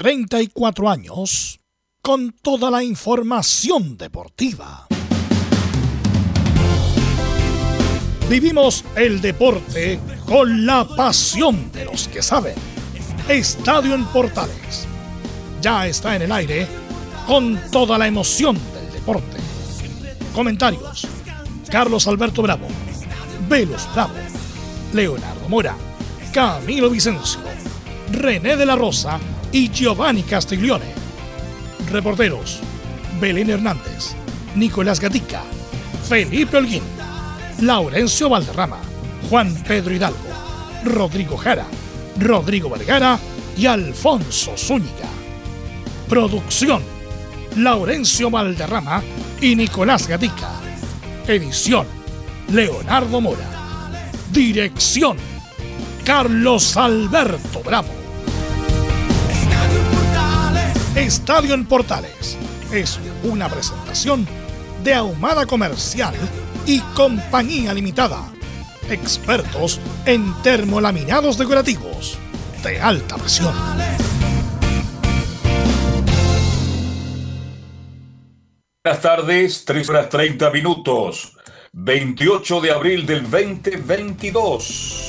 34 años con toda la información deportiva. Vivimos el deporte con la pasión de los que saben. Estadio en Portales ya está en el aire con toda la emoción del deporte. Comentarios: Carlos Alberto Bravo, Velus Bravo, Leonardo Mora, Camilo Vicencio, René de la Rosa y Giovanni Castiglione. Reporteros: Belén Hernández, Nicolás Gatica, Felipe Holguín, Laurencio Valderrama, Juan Pedro Hidalgo, Rodrigo Jara, Rodrigo Vergara y Alfonso Zúñiga. Producción: Laurencio Valderrama y Nicolás Gatica. Edición: Leonardo Mora. Dirección: Carlos Alberto Bravo. Estadio en Portales es una presentación de Ahumada Comercial y Compañía Limitada. Expertos en termolaminados decorativos de alta presión. Buenas tardes, 3:30, 28 de abril del 2022.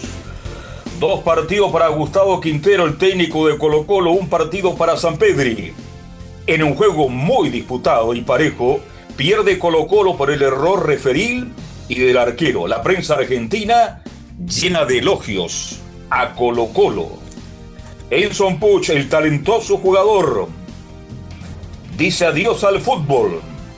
Dos partidos para Gustavo Quintero, el técnico de Colo-Colo, un partido para Sampedri. En un juego muy disputado y parejo, pierde Colo-Colo por el error referil y del arquero. La prensa argentina llena de elogios a Colo-Colo. Edson Puch, el talentoso jugador, dice adiós al fútbol.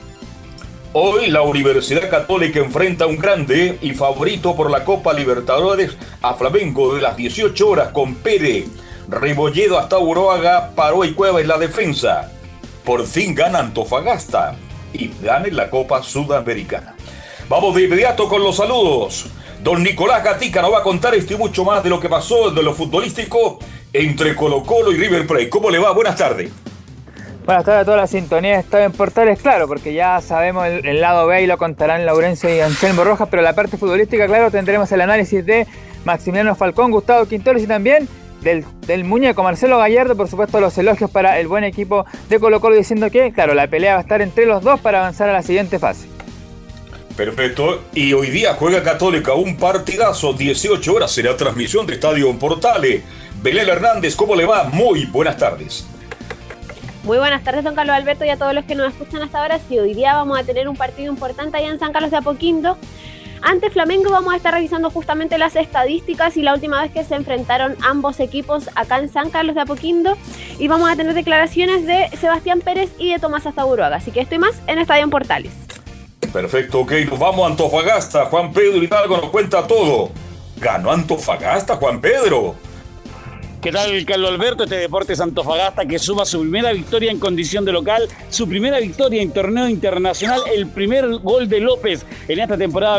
Hoy la Universidad Católica enfrenta a un grande y favorito por la Copa Libertadores a Flamengo de las 18 horas con Pérez, Rebolledo hasta Uruaga, Paró y Cueva en la defensa. Por fin gana Antofagasta y gane la Copa Sudamericana. Vamos de inmediato con los saludos. Don Nicolás Gatica nos va a contar esto y mucho más de lo que pasó de lo futbolístico entre Colo-Colo y River Plate. ¿Cómo le va? Buenas tardes. Buenas tardes a toda la sintonía de Estadio en Portales, claro, porque ya sabemos el lado B y lo contarán Laurencio y Anselmo Rojas, pero la parte futbolística, claro, tendremos el análisis de Maximiliano Falcón, Gustavo Quinteros y también del muñeco Marcelo Gallardo, por supuesto los elogios para el buen equipo de Colo-Colo, diciendo que, claro, la pelea va a estar entre los dos para avanzar a la siguiente fase. Perfecto, y hoy día juega Católica un partidazo, 18 horas, será transmisión de Estadio en Portales. Belén Hernández, ¿cómo le va? Muy buenas tardes. Muy buenas tardes, don Carlos Alberto, y a todos los que nos escuchan hasta ahora. Sí, hoy día vamos a tener un partido importante allá en San Carlos de Apoquindo. Ante Flamengo vamos a estar revisando justamente las estadísticas y la última vez que se enfrentaron ambos equipos acá en San Carlos de Apoquindo. Y vamos a tener declaraciones de Sebastián Pérez y de Tomás Astaburuaga. Así que estoy más en Estadio en Portales. Perfecto, ok, nos vamos a Antofagasta. Juan Pedro Hidalgo nos cuenta todo. ¿Ganó Antofagasta, Juan Pedro? ¿Qué tal, Carlos Alberto? Este Deportes Antofagasta que suma su primera victoria en condición de local, su primera victoria en torneo internacional, el primer gol de López en esta temporada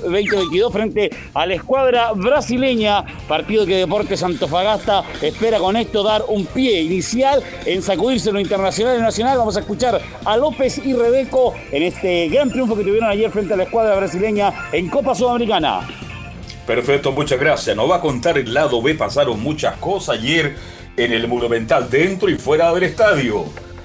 2022 frente a la escuadra brasileña, partido que Deportes Antofagasta espera con esto dar un pie inicial en sacudirse lo internacional y nacional. Vamos a escuchar a López y Rebeco en este gran triunfo que tuvieron ayer frente a la escuadra brasileña en Copa Sudamericana. Perfecto, muchas gracias. Nos va a contar el lado B. Pasaron muchas cosas ayer en el Monumental, dentro y fuera del estadio.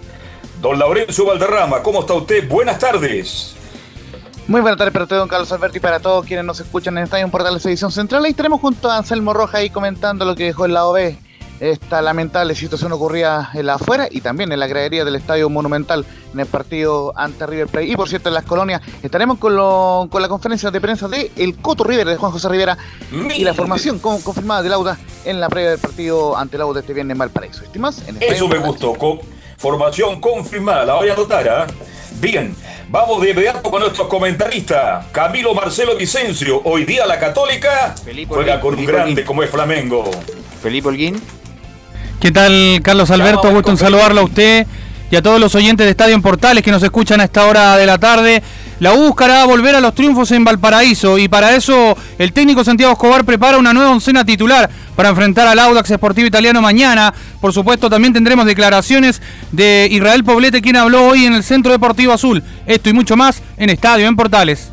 Don Laurencio Valderrama, ¿cómo está usted? Buenas tardes. Muy buenas tardes para usted, don Carlos Alberto, y para todos quienes nos escuchan en Estadio Portales Edición Central. Ahí estaremos junto a Anselmo Rojas ahí comentando lo que dejó el lado B. Esta lamentable situación ocurría en la afuera y también en la gradería del Estadio Monumental en el partido ante River Plate. Y por cierto, en las colonias estaremos con la conferencia de prensa de el Coto River, de Juan José Rivera, y la formación confirmada del Auda en la previa del partido ante el Auda este viernes en Valparaíso. ¿Estimas? Eso me gustó. Formación confirmada, la voy a anotar, ¿eh? Bien, vamos de inmediato con nuestros comentaristas. Camilo Marcelo Vicencio, hoy día la Católica juega con un grande como es Flamengo. Felipe Holguín. ¿Qué tal, Carlos Alberto? Gusto en saludarlo a usted y a todos los oyentes de Estadio en Portales que nos escuchan a esta hora de la tarde. La U buscará volver a los triunfos en Valparaíso y para eso el técnico Santiago Escobar prepara una nueva oncena titular para enfrentar al Audax Sportivo Italiano mañana. Por supuesto, también tendremos declaraciones de Israel Poblete, quien habló hoy en el Centro Deportivo Azul. Esto y mucho más en Estadio en Portales.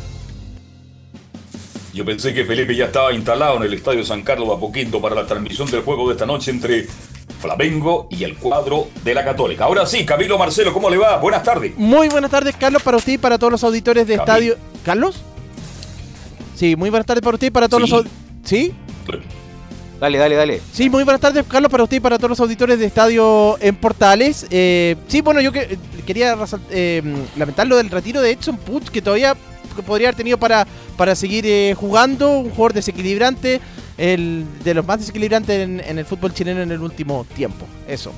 Yo pensé que Felipe ya estaba instalado en el Estadio San Carlos de Apoquindo para la transmisión del juego de esta noche entre Flamengo y el cuadro de la Católica. Ahora sí, Camilo Marcelo, ¿cómo le va? Buenas tardes. Muy buenas tardes, Carlos, para usted y para todos los auditores de Estadio... ¿Carlos? Sí, muy buenas tardes para usted y para todos los... ¿Sí? Dale. Sí, muy buenas tardes, Carlos, para usted y para todos los auditores de Estadio en Portales. Sí, bueno, yo quería lamentar lo del retiro de Edson Puig, que todavía podría haber tenido para seguir jugando. Un jugador desequilibrante, de los más desequilibrantes en el fútbol chileno en el último tiempo. Eso.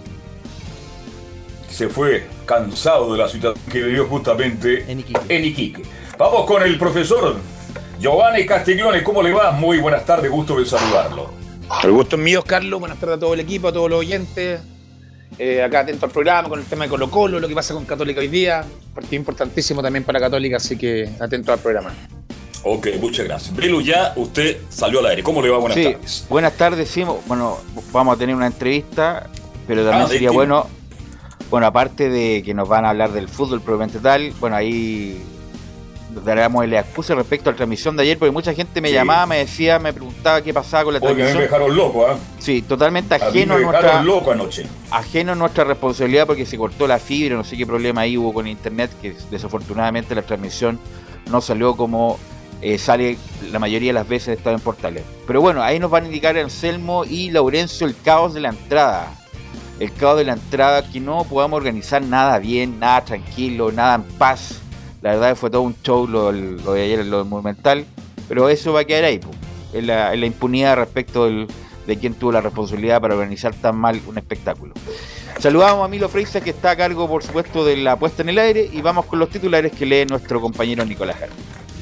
Se fue cansado de la situación que vivió justamente en Iquique. Vamos con el profesor Giovanni Castiglione, ¿cómo le va? Muy buenas tardes, gusto de saludarlo. El gusto es mío, Carlos. Buenas tardes a todo el equipo, a todos los oyentes. Acá atento al programa con el tema de Colo-Colo, lo que pasa con Católica hoy día. Partido importantísimo también para Católica, así que atento al programa. Ok, muchas gracias. Belu, ya usted salió al aire. ¿Cómo le va? Buenas tardes. Buenas tardes, sí. Bueno, vamos a tener una entrevista, pero también sería bueno, aparte de que nos van a hablar del fútbol probablemente tal, bueno, ahí daremos el excuse respecto a la transmisión de ayer, porque mucha gente me llamaba, me decía, me preguntaba qué pasaba con la transmisión. Oye, me dejaron loco, ¿eh? Sí, totalmente ajeno a nuestra responsabilidad, porque se cortó la fibra, no sé qué problema ahí hubo con internet, que desafortunadamente la transmisión no salió como sale la mayoría de las veces de Estadio en Portales. Pero bueno, ahí nos van a indicar Anselmo y Laurencio el caos de la entrada. El caos de la entrada, que no podamos organizar nada bien, nada tranquilo, nada en paz. La verdad fue todo un show lo de ayer en lo Monumental, pero eso va a quedar ahí, en la impunidad respecto de quién tuvo la responsabilidad para organizar tan mal un espectáculo. Saludamos a Milo Freixa, que está a cargo, por supuesto, de la puesta en el aire, y vamos con los titulares que lee nuestro compañero Nicolás Jara.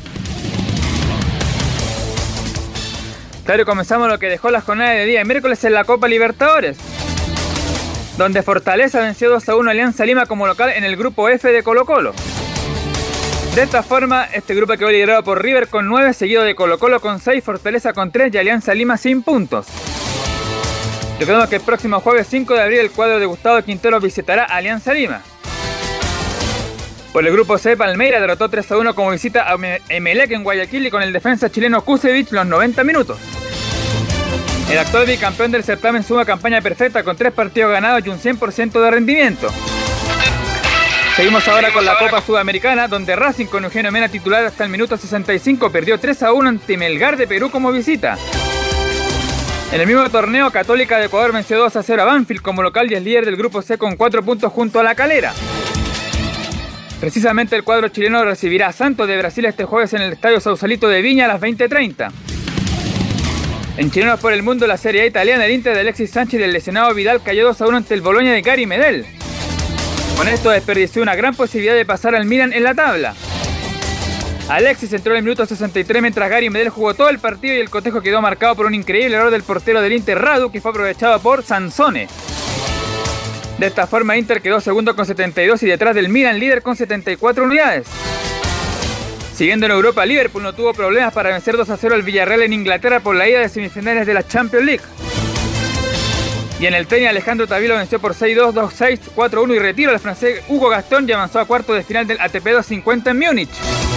Claro, comenzamos lo que dejó la jornada de día miércoles en la Copa Libertadores, donde Fortaleza venció 2-1 a Alianza Lima como local en el grupo F de Colo-Colo. De esta forma, este grupo quedó liderado por River con 9, seguido de Colo-Colo con 6, Fortaleza con 3 y Alianza Lima sin puntos. Recordemos que el próximo jueves 5 de abril el cuadro de Gustavo Quintero visitará a Alianza Lima. Por el grupo C, Palmeiras derrotó 3-1 como visita a Emelec en Guayaquil y con el defensa chileno Kusevich los 90 minutos. El actual bicampeón del certamen suma campaña perfecta con 3 partidos ganados y un 100% de rendimiento. Seguimos ahora con la Copa Sudamericana, donde Racing con Eugenio Mena titular hasta el minuto 65 perdió 3-1 ante Melgar de Perú como visita. En el mismo torneo, Católica de Ecuador venció 2-0 a Banfield como local y es líder del grupo C con 4 puntos junto a La Calera. Precisamente el cuadro chileno recibirá a Santos de Brasil este jueves en el Estadio Sausalito de Viña a las 20:30. En Chilenos por el Mundo, la Serie A italiana, el Inter de Alexis Sánchez y el lesionado Vidal cayó 2-1 ante el Bologna de Gary Medel. Con esto desperdició una gran posibilidad de pasar al Milan en la tabla. Alexis entró en el minuto 63 mientras Gary Medel jugó todo el partido y el cotejo quedó marcado por un increíble error del portero del Inter, Radu, que fue aprovechado por Sansone. De esta forma Inter quedó segundo con 72 y detrás del Milan líder con 74 unidades. Siguiendo en Europa, Liverpool no tuvo problemas para vencer 2-0 al Villarreal en Inglaterra por la ida de semifinales de la Champions League. Y en el tenis, Alejandro Tavilo venció por 6-2, 2-6, 4-1 y retiro al francés Hugo Gastón y avanzó a cuartos de final del ATP 250 en Múnich.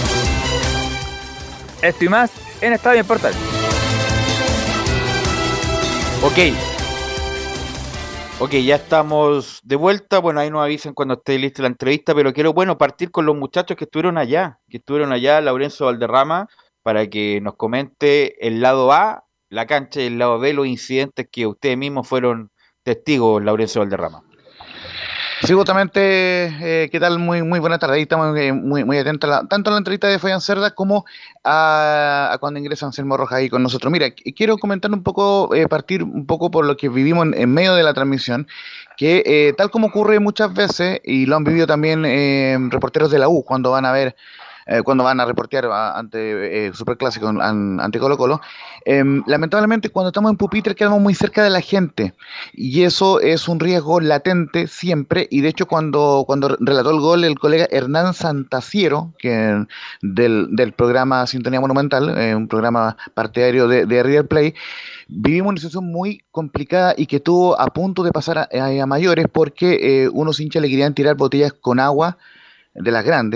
Esto y más en Estadio en Portal. Ok, ya estamos de vuelta. Bueno, ahí nos avisan cuando esté lista la entrevista, pero quiero, partir con los muchachos que estuvieron allá, Laurencio Valderrama, para que nos comente el lado A, la cancha, y el lado B, los incidentes que ustedes mismos fueron testigos, Laurencio Valderrama. Sí, justamente, ¿qué tal? Muy buena tarde. Ahí estamos muy atentos tanto a la entrevista de Fabián Cerda como a cuando ingresa Anselmo Rojas ahí con nosotros. Mira, quiero comentar un poco, partir un poco por lo que vivimos en medio de la transmisión, que tal como ocurre muchas veces, y lo han vivido también reporteros de la U cuando van a ver, cuando van a reportear ante Superclásico, ante Colo-Colo, lamentablemente cuando estamos en pupitre quedamos muy cerca de la gente y eso es un riesgo latente siempre. Y de hecho cuando relató el gol el colega Hernán Santaciero, que del programa Sintonía Monumental, un programa partidario de River Plate, vivimos una situación muy complicada y que estuvo a punto de pasar a mayores porque unos hinchas le querían tirar botellas con agua de las grandes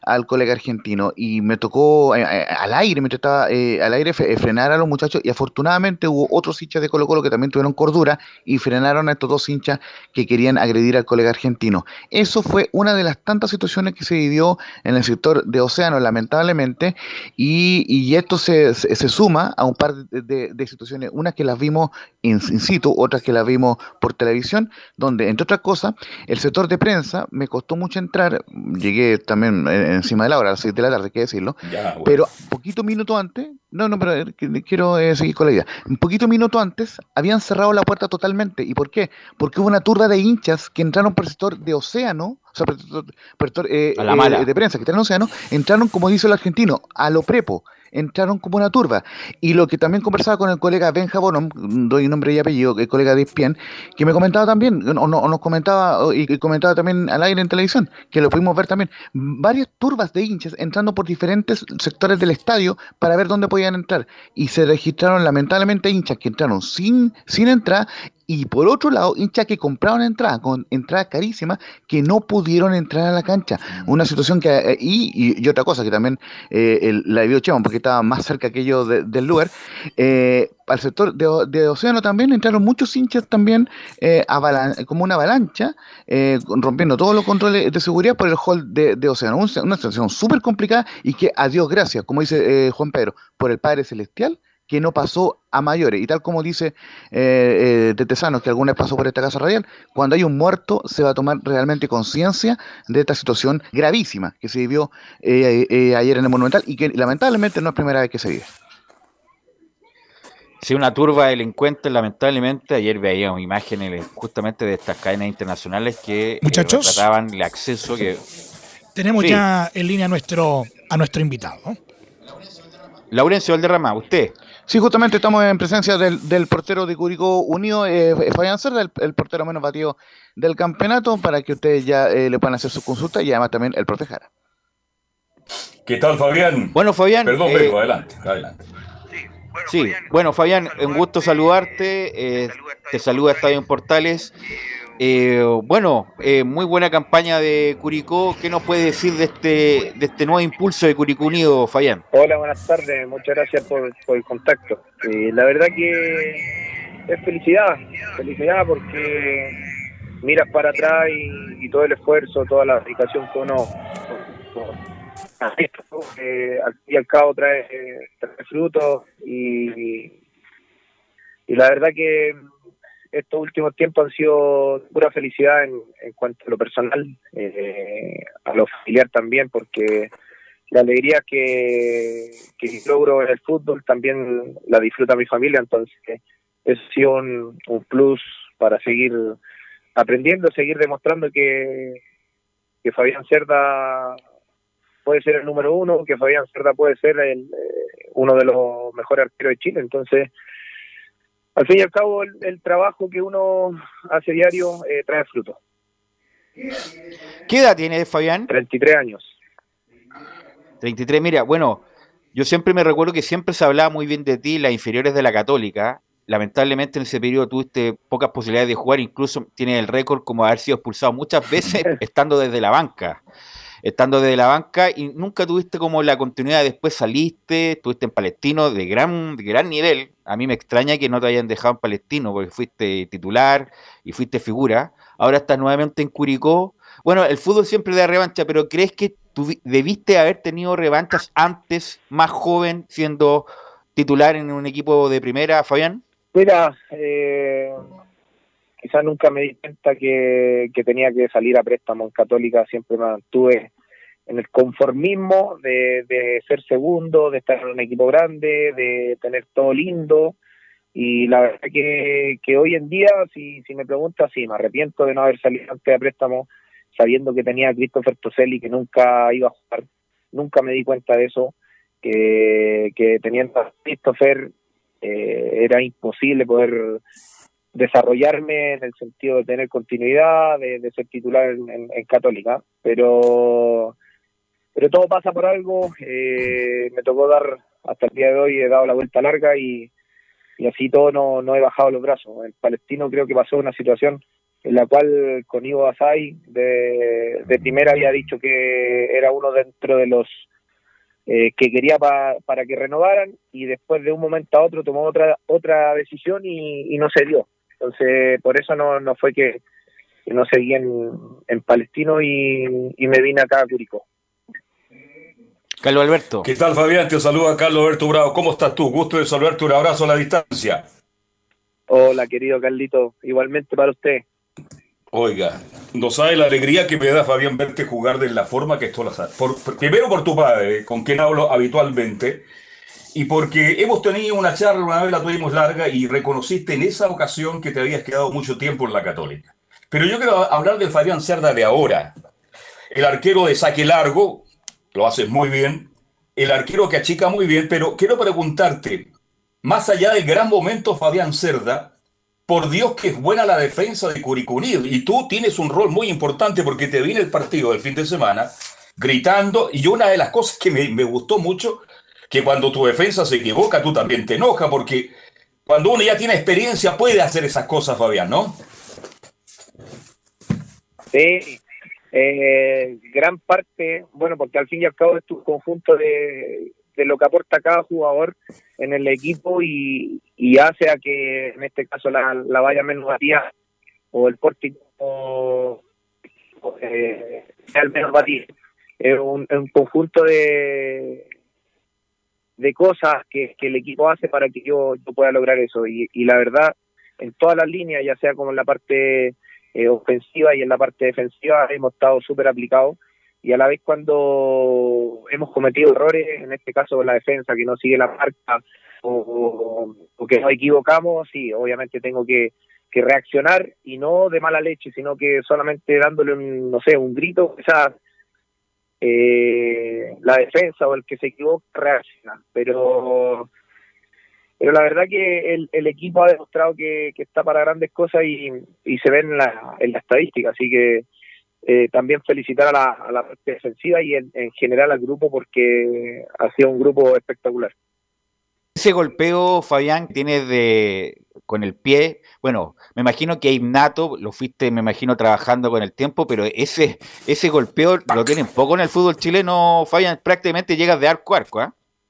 al colega argentino y me tocó al aire, mientras estaba al aire, frenar a los muchachos y afortunadamente hubo otros hinchas de Colo-Colo que también tuvieron cordura y frenaron a estos dos hinchas que querían agredir al colega argentino. Eso fue una de las tantas situaciones que se vivió en el sector de Océano, lamentablemente, y esto se suma a un par de situaciones, unas que las vimos in situ, otras que las vimos por televisión, donde, entre otras cosas, el sector de prensa me costó mucho entrar, llegué también encima de la hora, a las 6 de la tarde, hay que decirlo, bueno. Pero poquito minuto antes, pero quiero seguir con la idea, un poquito minuto antes habían cerrado la puerta totalmente. ¿Y por qué? Porque hubo una turba de hinchas que entraron por el sector de Océano, o sea, por el sector de prensa que está en Océano, entraron, como dice el argentino, a lo prepo. Entraron como una turba. Y lo que también conversaba con el colega Benja Bonham, doy nombre y apellido, el colega de ESPN, que me comentaba también, nos comentaba, y comentaba también al aire en televisión, que lo pudimos ver también, varias turbas de hinchas entrando por diferentes sectores del estadio para ver dónde podían entrar. Y se registraron lamentablemente hinchas que entraron sin entrar, y por otro lado, hinchas que compraron entradas, con entradas carísimas, que no pudieron entrar a la cancha. Una situación que, y otra cosa que también la vio Chema, porque estaba más cerca que yo del lugar, al sector de Océano también entraron muchos hinchas también, como una avalancha, rompiendo todos los controles de seguridad por el hall de Océano. Una situación súper complicada y que, a Dios gracias, como dice Juan Pedro, por el Padre Celestial, que no pasó a mayores. Y tal como dice Tesanos, que alguna vez pasó por esta casa radial, cuando hay un muerto se va a tomar realmente conciencia de esta situación gravísima que se vivió ayer en el Monumental y que lamentablemente no es primera vez que se vive. Sí, una turba de delincuentes, lamentablemente. Ayer veíamos imágenes justamente de estas cadenas internacionales que trataban el acceso que... Tenemos ya en línea a nuestro invitado, ¿no? Laurencio Valderrama, ¿usted? Sí, justamente estamos en presencia del portero de Curicó Unido, Fabián Cerda, el portero menos batido del campeonato, para que ustedes ya le puedan hacer su consulta, y además también el profe Jara. ¿Qué tal, Fabián? Bueno, Fabián... Perdón, adelante. Sí, bueno, Fabián, un gusto saludarte, te saluda Estadio en Portales. Muy buena campaña de Curicó. ¿Qué nos puede decir de este nuevo impulso de Curicó Unido, Fabián? Hola, buenas tardes, muchas gracias por el contacto. La verdad que es felicidad porque miras para atrás y todo el esfuerzo, toda la dedicación que uno al fin y al cabo trae frutos y la verdad que estos últimos tiempos han sido pura felicidad en cuanto a lo personal, a lo familiar también, porque la alegría que logro en el fútbol también la disfruta mi familia, entonces eso ha sido un plus para seguir aprendiendo, seguir demostrando que Fabián Cerda puede ser el número uno, que Fabián Cerda puede ser uno de los mejores arqueros de Chile. Entonces, al fin y al cabo, el trabajo que uno hace diario trae fruto. ¿Qué edad tiene Fabián? 33 años. 33, mira, bueno, yo siempre me recuerdo que siempre se hablaba muy bien de ti en las inferiores de la Católica. Lamentablemente en ese periodo tuviste pocas posibilidades de jugar, incluso tienes el récord como haber sido expulsado muchas veces estando desde la banca. Y nunca tuviste como la continuidad. Después saliste, estuviste en Palestino de gran nivel. A mí me extraña que no te hayan dejado en Palestino porque fuiste titular y fuiste figura. Ahora estás nuevamente en Curicó. Bueno, el fútbol siempre da revancha, pero ¿crees que tú debiste haber tenido revanchas antes, más joven, siendo titular en un equipo de primera, Fabián? Mira, quizás nunca me di cuenta que tenía que salir a préstamo en Católica. Siempre me mantuve en el conformismo de ser segundo, de estar en un equipo grande, de tener todo lindo. Y la verdad que hoy en día, si me preguntas, sí, me arrepiento de no haber salido antes a préstamo, sabiendo que tenía a Christopher Toselli, que nunca iba a jugar. Nunca me di cuenta de eso, que teniendo a Christopher era imposible poder desarrollarme en el sentido de tener continuidad, de ser titular en Católica, pero todo pasa por algo. Me tocó dar, hasta el día de hoy he dado la vuelta larga y así todo no he bajado los brazos. El Palestino creo que pasó una situación en la cual con Ivo Basay de primera había dicho que era uno dentro de los que quería para que renovaran, y después de un momento a otro tomó otra decisión y no se dio. Entonces por eso no fue que no seguí en Palestino y me vine acá a Curicó. Carlos Alberto. ¿Qué tal, Fabián? Te saluda Carlos Alberto Bravo. ¿Cómo estás tú? Gusto de saludarte, un abrazo a la distancia. Hola, querido Carlito, igualmente para usted. Oiga, no sabe la alegría que me da, Fabián, verte jugar de la forma que esto lo hace. Primero por tu padre, con quien hablo habitualmente, y porque hemos tenido una charla, una vez la tuvimos larga, y reconociste en esa ocasión que te habías quedado mucho tiempo en la Católica. Pero yo quiero hablar del Fabián Cerda de ahora. El arquero de saque largo, lo haces muy bien. El arquero que achica muy bien, pero quiero preguntarte, más allá del gran momento Fabián Cerda, por Dios que es buena la defensa de Curicó Unido, y tú tienes un rol muy importante porque te vi en el partido del fin de semana gritando, y una de las cosas que me gustó mucho, que cuando tu defensa se equivoca tú también te enojas, porque cuando uno ya tiene experiencia puede hacer esas cosas, Fabián, ¿no? Sí, gran parte, bueno, porque al fin y al cabo es un conjunto de lo que aporta cada jugador en el equipo y hace a que en este caso la valla menos batida o el pórtico sea el menos batido. Es un conjunto de cosas que el equipo hace para que yo pueda lograr eso, y la verdad en todas las líneas, ya sea como en la parte ofensiva y en la parte defensiva, hemos estado súper aplicados, y a la vez cuando hemos cometido errores, en este caso con la defensa que no sigue la marca o que nos equivocamos, sí, obviamente tengo que reaccionar, y no de mala leche, sino que solamente dándole un grito, quizás la defensa o el que se equivoca reacciona, pero la verdad que el equipo ha demostrado que está para grandes cosas y se ve en la estadística, así que también felicitar a la parte defensiva y en general al grupo, porque ha sido un grupo espectacular. Ese golpeo, Fabián, tienes con el pie, bueno, me imagino que innato, lo fuiste, me imagino, trabajando con el tiempo, pero ese golpeo lo tienen poco en el fútbol chileno, Fabián, prácticamente llegas de arco a arco, ¿eh?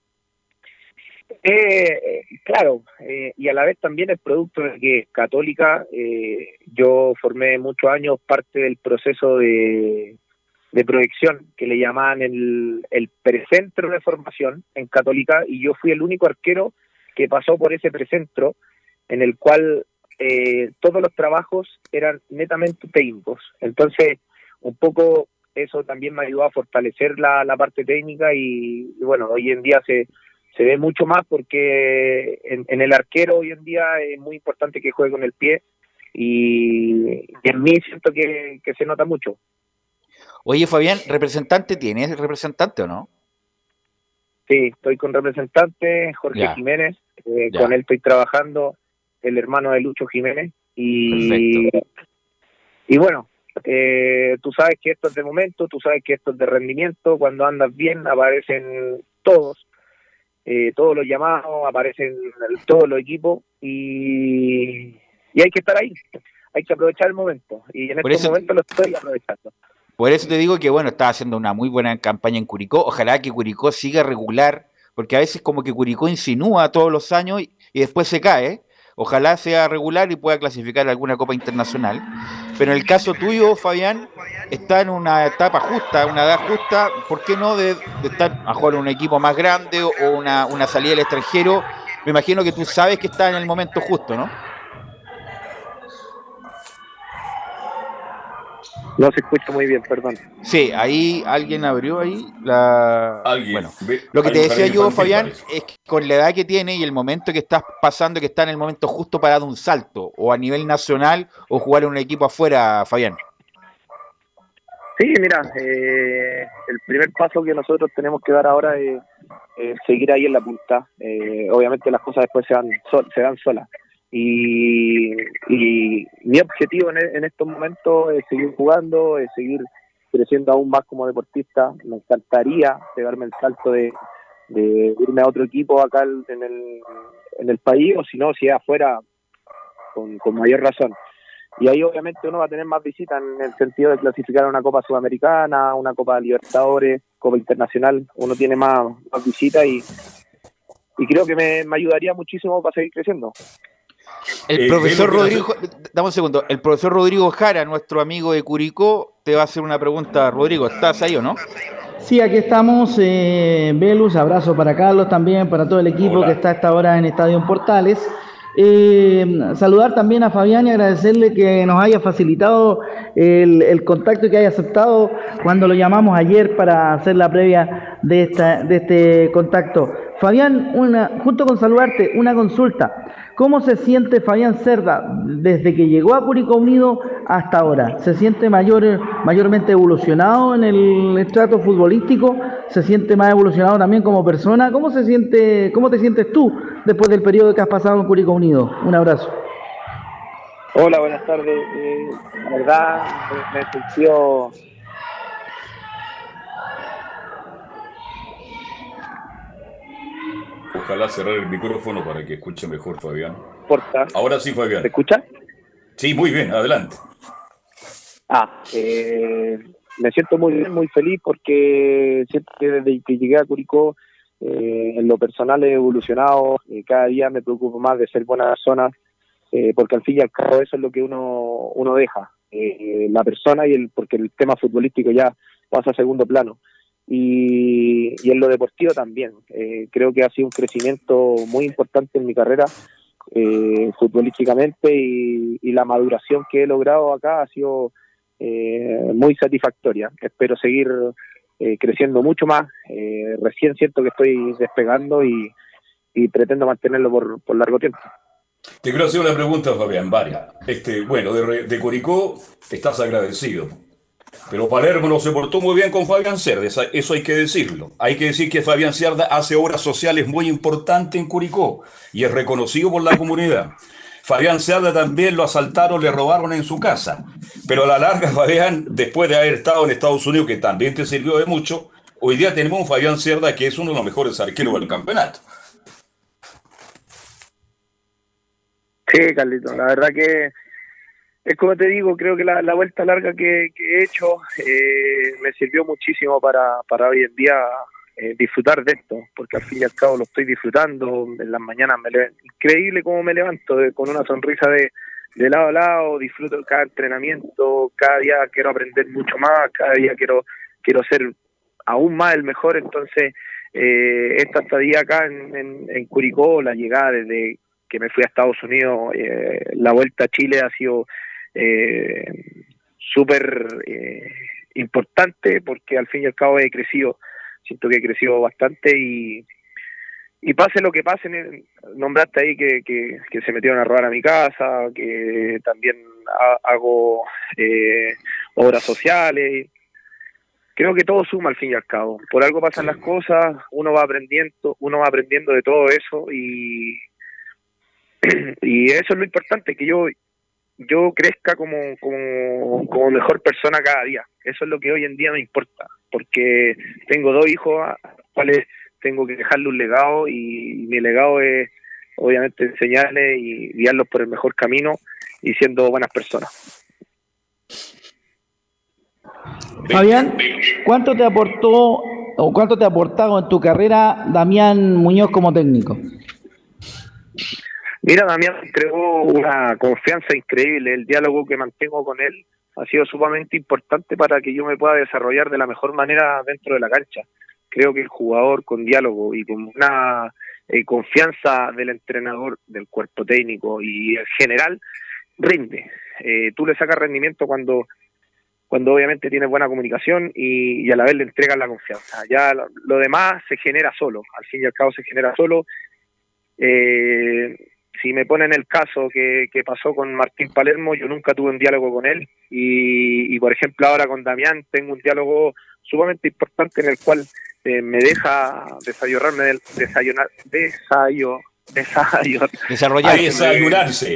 Claro, y a la vez también es producto de que Católica, yo formé muchos años parte del proceso de proyección que le llamaban el precentro de formación en Católica, y yo fui el único arquero que pasó por ese precentro en el cual todos los trabajos eran netamente técnicos. Entonces un poco eso también me ayudó a fortalecer la parte técnica, y bueno, hoy en día se ve mucho más, porque en el arquero hoy en día es muy importante que juegue con el pie, y en mí siento que se nota mucho. Oye, Fabián, ¿representante tienes representante o no? Sí, estoy con representante, Jorge Jiménez, con él estoy trabajando, el hermano de Lucho Jiménez, y bueno, tú sabes que esto es de momento, tú sabes que esto es de rendimiento, cuando andas bien aparecen todos los llamados, aparecen todos los equipos, y hay que estar ahí, hay que aprovechar el momento, y en este momento lo estoy aprovechando. Por eso te digo que, bueno, estás haciendo una muy buena campaña en Curicó. Ojalá que Curicó siga regular, porque a veces como que Curicó insinúa todos los años y después se cae. Ojalá sea regular y pueda clasificar a alguna Copa Internacional. Pero en el caso tuyo, Fabián, está en una etapa justa, una edad justa. ¿Por qué no de estar a jugar en un equipo más grande o una salida al extranjero? Me imagino que tú sabes que está en el momento justo, ¿no? No se escucha muy bien, perdón. Sí, ahí alguien abrió ahí la... Alguien. Bueno, lo que te decía yo, Fabián, es que con la edad que tiene y el momento que estás pasando, que está en el momento justo para dar un salto, o a nivel nacional, o jugar en un equipo afuera, Fabián. Sí, mira, el primer paso que nosotros tenemos que dar ahora es seguir ahí en la punta. Obviamente las cosas después se dan solas. Y mi objetivo en estos momentos es seguir jugando, es seguir creciendo aún más como deportista. Me encantaría pegarme el salto de irme a otro equipo acá en el país, o si no, si es afuera, con mayor razón. Y ahí obviamente uno va a tener más visitas en el sentido de clasificar a una Copa Sudamericana, una Copa Libertadores, Copa Internacional. Uno tiene más visitas y creo que me ayudaría muchísimo para seguir creciendo. El profesor Rodrigo, dame un segundo, el profesor Rodrigo Jara, nuestro amigo de Curicó, te va a hacer una pregunta. Rodrigo, ¿estás ahí o no? Sí, aquí estamos, Velus, abrazo para Carlos también, para todo el equipo. Hola. Que está a esta hora en Estadio Portales. Saludar también a Fabián y agradecerle que nos haya facilitado el contacto y que haya aceptado cuando lo llamamos ayer para hacer la previa de este contacto. Fabián, junto con saludarte, una consulta. ¿Cómo se siente Fabián Cerda desde que llegó a Curicó Unido hasta ahora? ¿Se siente mayormente evolucionado en el estrato futbolístico? ¿Se siente más evolucionado también como persona? ¿Cómo te sientes tú después del periodo que has pasado en Curicó Unido? Un abrazo. Hola, buenas tardes. La verdad, me sintió... Ojalá cerrar el micrófono para que escuche mejor, Fabián. Porta. Ahora sí, Fabián. ¿Se escucha? Sí, muy bien, adelante. Me siento muy bien, muy feliz porque siento que desde que llegué a Curicó, en lo personal he evolucionado. Cada día me preocupo más de ser buena persona, porque al fin y al cabo eso es lo que uno deja. La persona porque el tema futbolístico ya pasa a segundo plano. Y en lo deportivo también. Creo que ha sido un crecimiento muy importante en mi carrera futbolísticamente y la maduración que he logrado acá ha sido muy satisfactoria. Espero seguir creciendo mucho más. Recién siento que estoy despegando y pretendo mantenerlo por largo tiempo. Te quiero hacer una pregunta, Fabián, varias. Bueno, de Curicó estás agradecido. Pero Palermo no se portó muy bien con Fabián Cerda, eso hay que decirlo. Hay que decir que Fabián Cerda hace obras sociales muy importantes en Curicó y es reconocido por la comunidad. Fabián Cerda también lo asaltaron, le robaron en su casa. Pero a la larga, Fabián, después de haber estado en Estados Unidos, que también te sirvió de mucho, hoy día tenemos un Fabián Cerda que es uno de los mejores arqueros del campeonato. Sí, Carlito, la verdad que es como te digo, creo que la vuelta larga que he hecho me sirvió muchísimo para hoy en día disfrutar de esto, porque al fin y al cabo lo estoy disfrutando. En las mañanas increíble cómo me levanto con una sonrisa de lado a lado, disfruto cada entrenamiento, cada día quiero aprender mucho más, cada día quiero ser aún más el mejor. Entonces esta estadía acá en Curicó, la llegada desde que me fui a Estados Unidos, la vuelta a Chile ha sido súper importante, porque al fin y al cabo siento que he crecido bastante y pase lo que pase. Nombraste ahí que se metieron a robar a mi casa, que también hago obras sociales. Creo que todo suma al fin y al cabo, por algo pasan las cosas, uno va aprendiendo de todo eso y eso es lo importante, que yo crezca como mejor persona cada día. Eso es lo que hoy en día me importa, porque tengo 2 hijos a los cuales tengo que dejarle un legado, y mi legado es obviamente enseñarles y guiarlos por el mejor camino y siendo buenas personas. Fabián, ¿cuánto te aportó o cuánto te ha aportado en tu carrera Damián Muñoz como técnico? Mira, Damián me entregó una confianza increíble. El diálogo que mantengo con él ha sido sumamente importante para que yo me pueda desarrollar de la mejor manera dentro de la cancha. Creo que el jugador con diálogo y con una confianza del entrenador, del cuerpo técnico y en general, rinde. Tú le sacas rendimiento cuando obviamente tienes buena comunicación y a la vez le entregas la confianza. Ya lo demás se genera solo, al fin y al cabo se genera solo. Si me ponen el caso que pasó con Martín Palermo, yo nunca tuve un diálogo con él y por ejemplo ahora con Damián tengo un diálogo sumamente importante en el cual me deja desarrollarse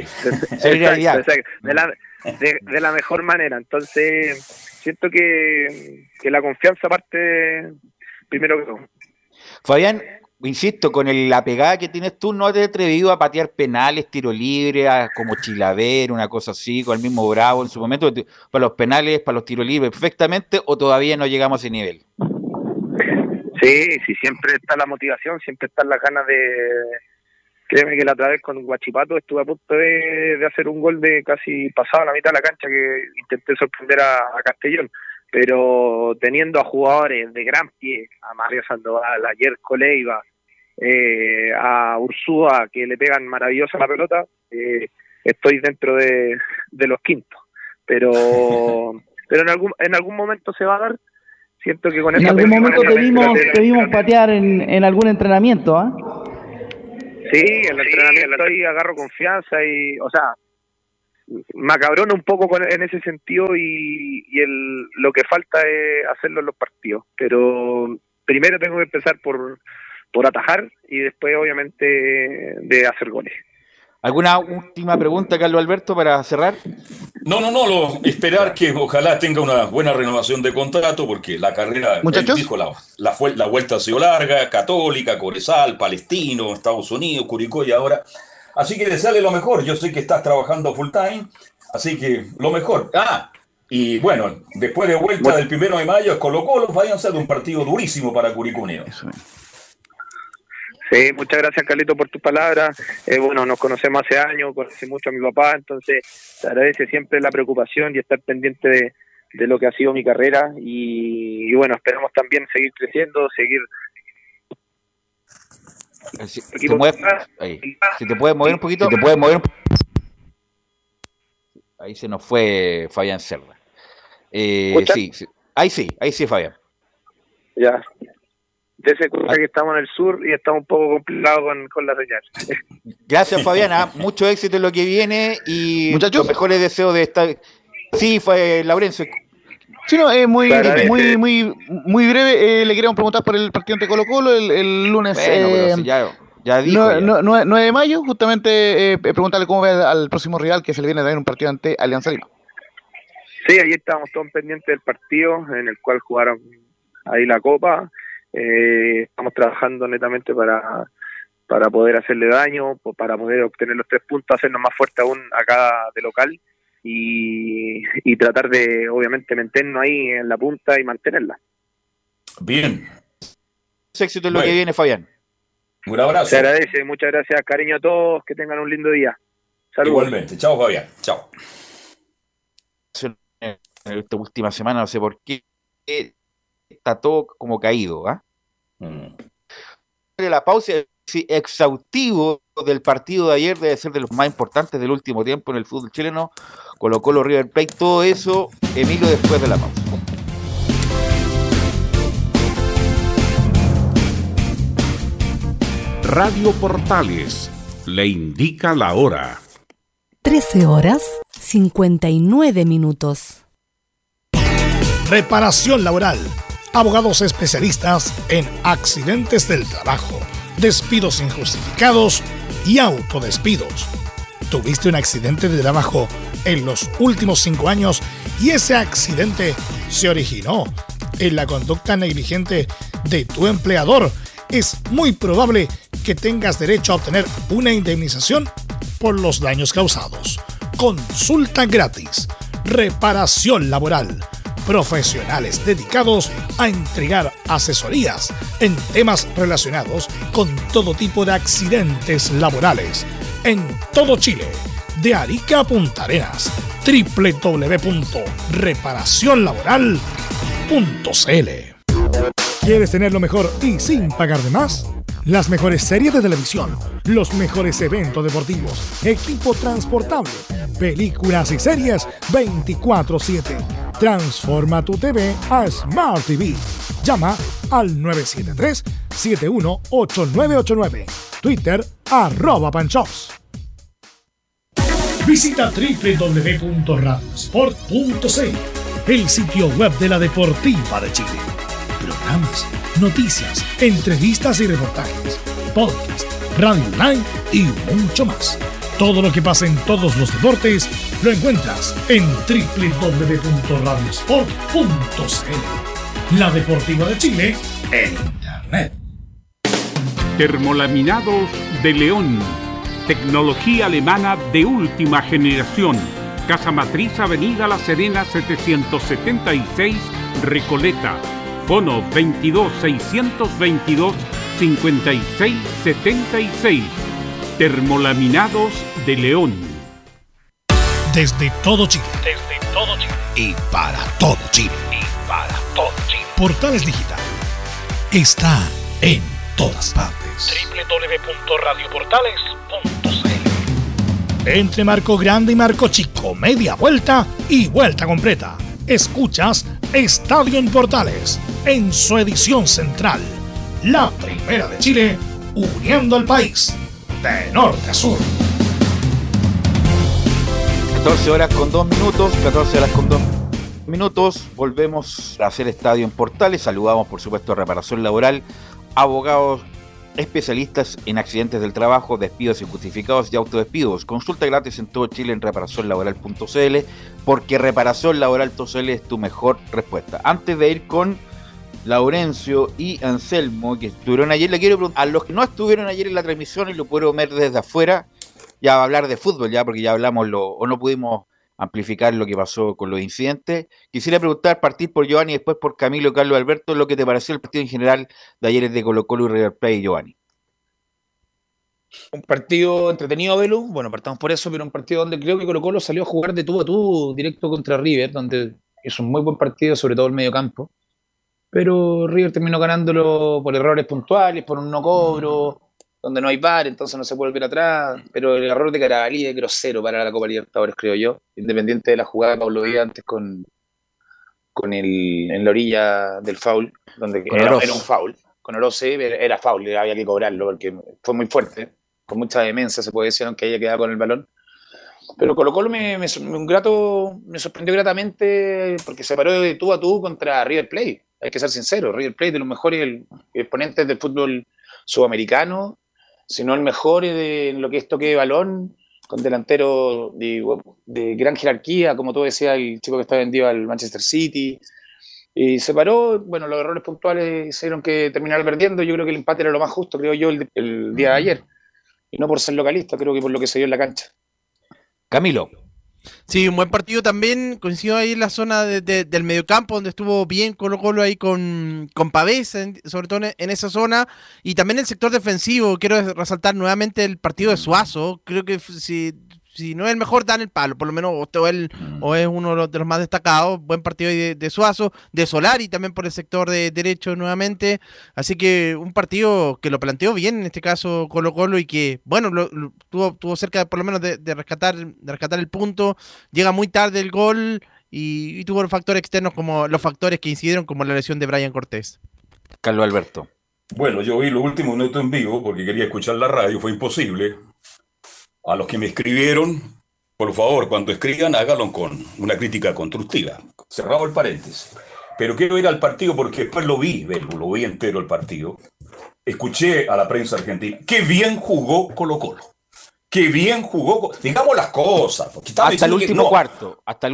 de la mejor manera. Entonces siento que la confianza parte primero que todo. Fabián, insisto, con la pegada que tienes tú, ¿no te has atrevido a patear penales, tiro libre, como Chilaver, una cosa así, con el mismo Bravo en su momento, para los penales, para los tiros libres, perfectamente, o todavía no llegamos a ese nivel? Sí, siempre está la motivación, siempre están las ganas de... Créeme que la otra vez con Huachipato estuve a punto de hacer un gol de casi pasado la mitad de la cancha, que intenté sorprender a Castellón, pero teniendo a jugadores de gran pie, a Mario Sandoval, a Yerko Leiva, a Ursúa, que le pegan maravillosa la pelota, estoy dentro de los quintos, pero en algún momento se va a dar. Siento que con en algún momento te vimos patear en algún entrenamiento, ¿ah? Sí, el entrenamiento ahí agarro confianza y, o sea, me acabrona un poco en ese sentido y lo que falta es hacerlo en los partidos. Pero primero tengo que empezar por atajar y después, obviamente, de hacer goles. ¿Alguna última pregunta, Carlos Alberto, para cerrar? No, esperar que ojalá tenga una buena renovación de contrato, porque la carrera, ¿muchachos? Dijo, la vuelta ha sido larga, Católica, Cobresal, Palestino, Estados Unidos, Curicó y ahora. Así que desearle lo mejor. Yo sé que estás trabajando full time, así que lo mejor. Y bueno, después de vuelta del 1 de mayo es Colo-Colo, vayan a ser un partido durísimo para Curicó Unido. Sí, muchas gracias, Carlito, por tus palabras. Bueno, nos conocemos hace años, conocí mucho a mi papá, entonces te agradece siempre la preocupación y estar pendiente de lo que ha sido mi carrera. Y bueno, esperamos también seguir creciendo, seguir... Si te puedes mover un poquito. Ahí se nos fue Fabián Cerda. Sí. Ahí sí, Fabián. Ya. Dese cuenta que estamos en el sur y está un poco complicado con la señal. Gracias, Fabián. Mucho éxito en lo que viene y muchachos, los mejores deseos de esta. Sí, fue Laurencio. Sí, no, muy breve. Le queríamos preguntar por el partido ante Colo-Colo el lunes. Bueno, pero si ya dijo. 9 de mayo, justamente preguntarle cómo ve al próximo rival que se le viene a dar un partido ante Alianza Lima. Sí, ahí estábamos todos pendientes del partido en el cual jugaron ahí la Copa. Estamos trabajando netamente para poder hacerle daño, para poder obtener los 3 puntos, hacernos más fuerte aún acá de local y tratar de, obviamente, meternos ahí en la punta y mantenerla. Bien. Éxito en lo que viene, Fabián. Un abrazo. Se agradece, muchas gracias, cariño a todos, que tengan un lindo día. Saludos. Igualmente, chao, Fabián, chao. En esta última semana, no sé por qué, está todo como caído, La pausa exhaustivo del partido de ayer debe ser de los más importantes del último tiempo en el fútbol chileno. Colo-Colo, River Plate, todo eso, Emilio, después de la pausa. Radio Portales le indica la hora. 13:59. Reparación laboral. Abogados especialistas en accidentes del trabajo, despidos injustificados y autodespidos. ¿Tuviste un accidente de trabajo en los últimos 5 años y ese accidente se originó en la conducta negligente de tu empleador? Es muy probable que tengas derecho a obtener una indemnización por los daños causados. Consulta gratis. Reparación laboral. Profesionales dedicados a entregar asesorías en temas relacionados con todo tipo de accidentes laborales en todo Chile, de Arica a Punta Arenas. www.reparacionlaboral.cl. ¿Quieres tener lo mejor y sin pagar de más? Las mejores series de televisión, los mejores eventos deportivos, equipo transportable, películas y series 24/7. Transforma tu TV a Smart TV. Llama al 973-718989. Twitter @Panchops. Visita www.radiosport.cl, el sitio web de la Deportiva de Chile. Programas, noticias, entrevistas y reportajes, podcast, radio online y mucho más. Todo lo que pasa en todos los deportes lo encuentras en www.radiosport.cl. La Deportiva de Chile en Internet. Termolaminados de León. Tecnología alemana de última generación. Casa Matriz, Avenida La Serena, 776, Recoleta. Fono 22-622-5676. Termolaminados de León. Desde todo Chile. Y para todo Chile. Portales Digital está en todas partes. www.radioportales.cl. Entre Marco Grande y Marco Chico, media vuelta y vuelta completa. Escuchas Estadio en Portales, en su edición central. La primera de Chile, uniendo al país, de norte a sur. 14 horas con 2 minutos, volvemos a hacer Estadio en Portales. Saludamos, por supuesto, a Reparación Laboral, abogados especialistas en accidentes del trabajo, despidos injustificados y autodespidos. Consulta gratis en todo Chile en reparacionlaboral.cl, porque reparacionlaboral.cl es tu mejor respuesta. Antes de ir con Laurencio y Anselmo, que estuvieron ayer, le quiero preguntar a los que no estuvieron ayer en la transmisión y lo pudieron ver desde afuera, ya va a hablar de fútbol, ya porque ya hablamos o no pudimos amplificar lo que pasó con los incidentes. Quisiera preguntar, partir por Giovanni y después por Camilo, Carlos Alberto, lo que te pareció el partido en general de ayer de Colo-Colo y River Plate, Giovanni. Un partido entretenido, Belu. Bueno, partamos por eso, pero un partido donde creo que Colo-Colo salió a jugar de tú a tú directo contra River, donde hizo un muy buen partido, sobre todo el medio campo. Pero River terminó ganándolo por errores puntuales, por un no cobro, donde no hay VAR, entonces no se puede volver atrás. Pero el error de Carabalí es grosero para la Copa Libertadores, creo yo. Independiente de la jugada de Pablo Díaz antes en la orilla del foul, donde era un foul. Con Orose era foul, había que cobrarlo porque fue muy fuerte, con mucha demencia se puede decir, aunque haya quedado con el balón. Pero Colo-Colo me sorprendió gratamente porque se paró de tú a tú contra River Plate. Hay que ser sincero, River Plate de los mejores exponentes del fútbol sudamericano, si no el mejor en lo que es toque de balón, con delantero de gran jerarquía, como tú decías, el chico que está vendido al Manchester City. Y se paró, bueno, los errores puntuales hicieron que terminara perdiendo. Yo creo que el empate era lo más justo, creo yo, el día de ayer. Y no por ser localista, creo que por lo que se dio en la cancha. Camilo. Sí, un buen partido también, coincido ahí en la zona del mediocampo, donde estuvo bien Colo-Colo ahí con Pavés, sobre todo en esa zona, y también el sector defensivo. Quiero resaltar nuevamente el partido de Suazo. Creo que si no es el mejor, dan el palo, por lo menos, o es uno de los más destacados. Buen partido de Suazo, de Solari también por el sector de derecho nuevamente, así que un partido que lo planteó bien en este caso Colo-Colo y que, bueno, tuvo cerca por lo menos de rescatar el punto. Llega muy tarde el gol y tuvo los factores externos, como los factores que incidieron, como la lesión de Brian Cortés. Carlos Alberto. Bueno, yo vi los últimos minutos en vivo porque quería escuchar la radio, fue imposible. A los que me escribieron, por favor, cuando escriban, háganlo con una crítica constructiva. Cerrado el paréntesis. Pero quiero ir al partido porque después lo vi entero el partido. Escuché a la prensa argentina. ¡Qué bien jugó Colo-Colo! ¡Qué bien jugó! Digamos las cosas. Hasta el último cuarto. Hasta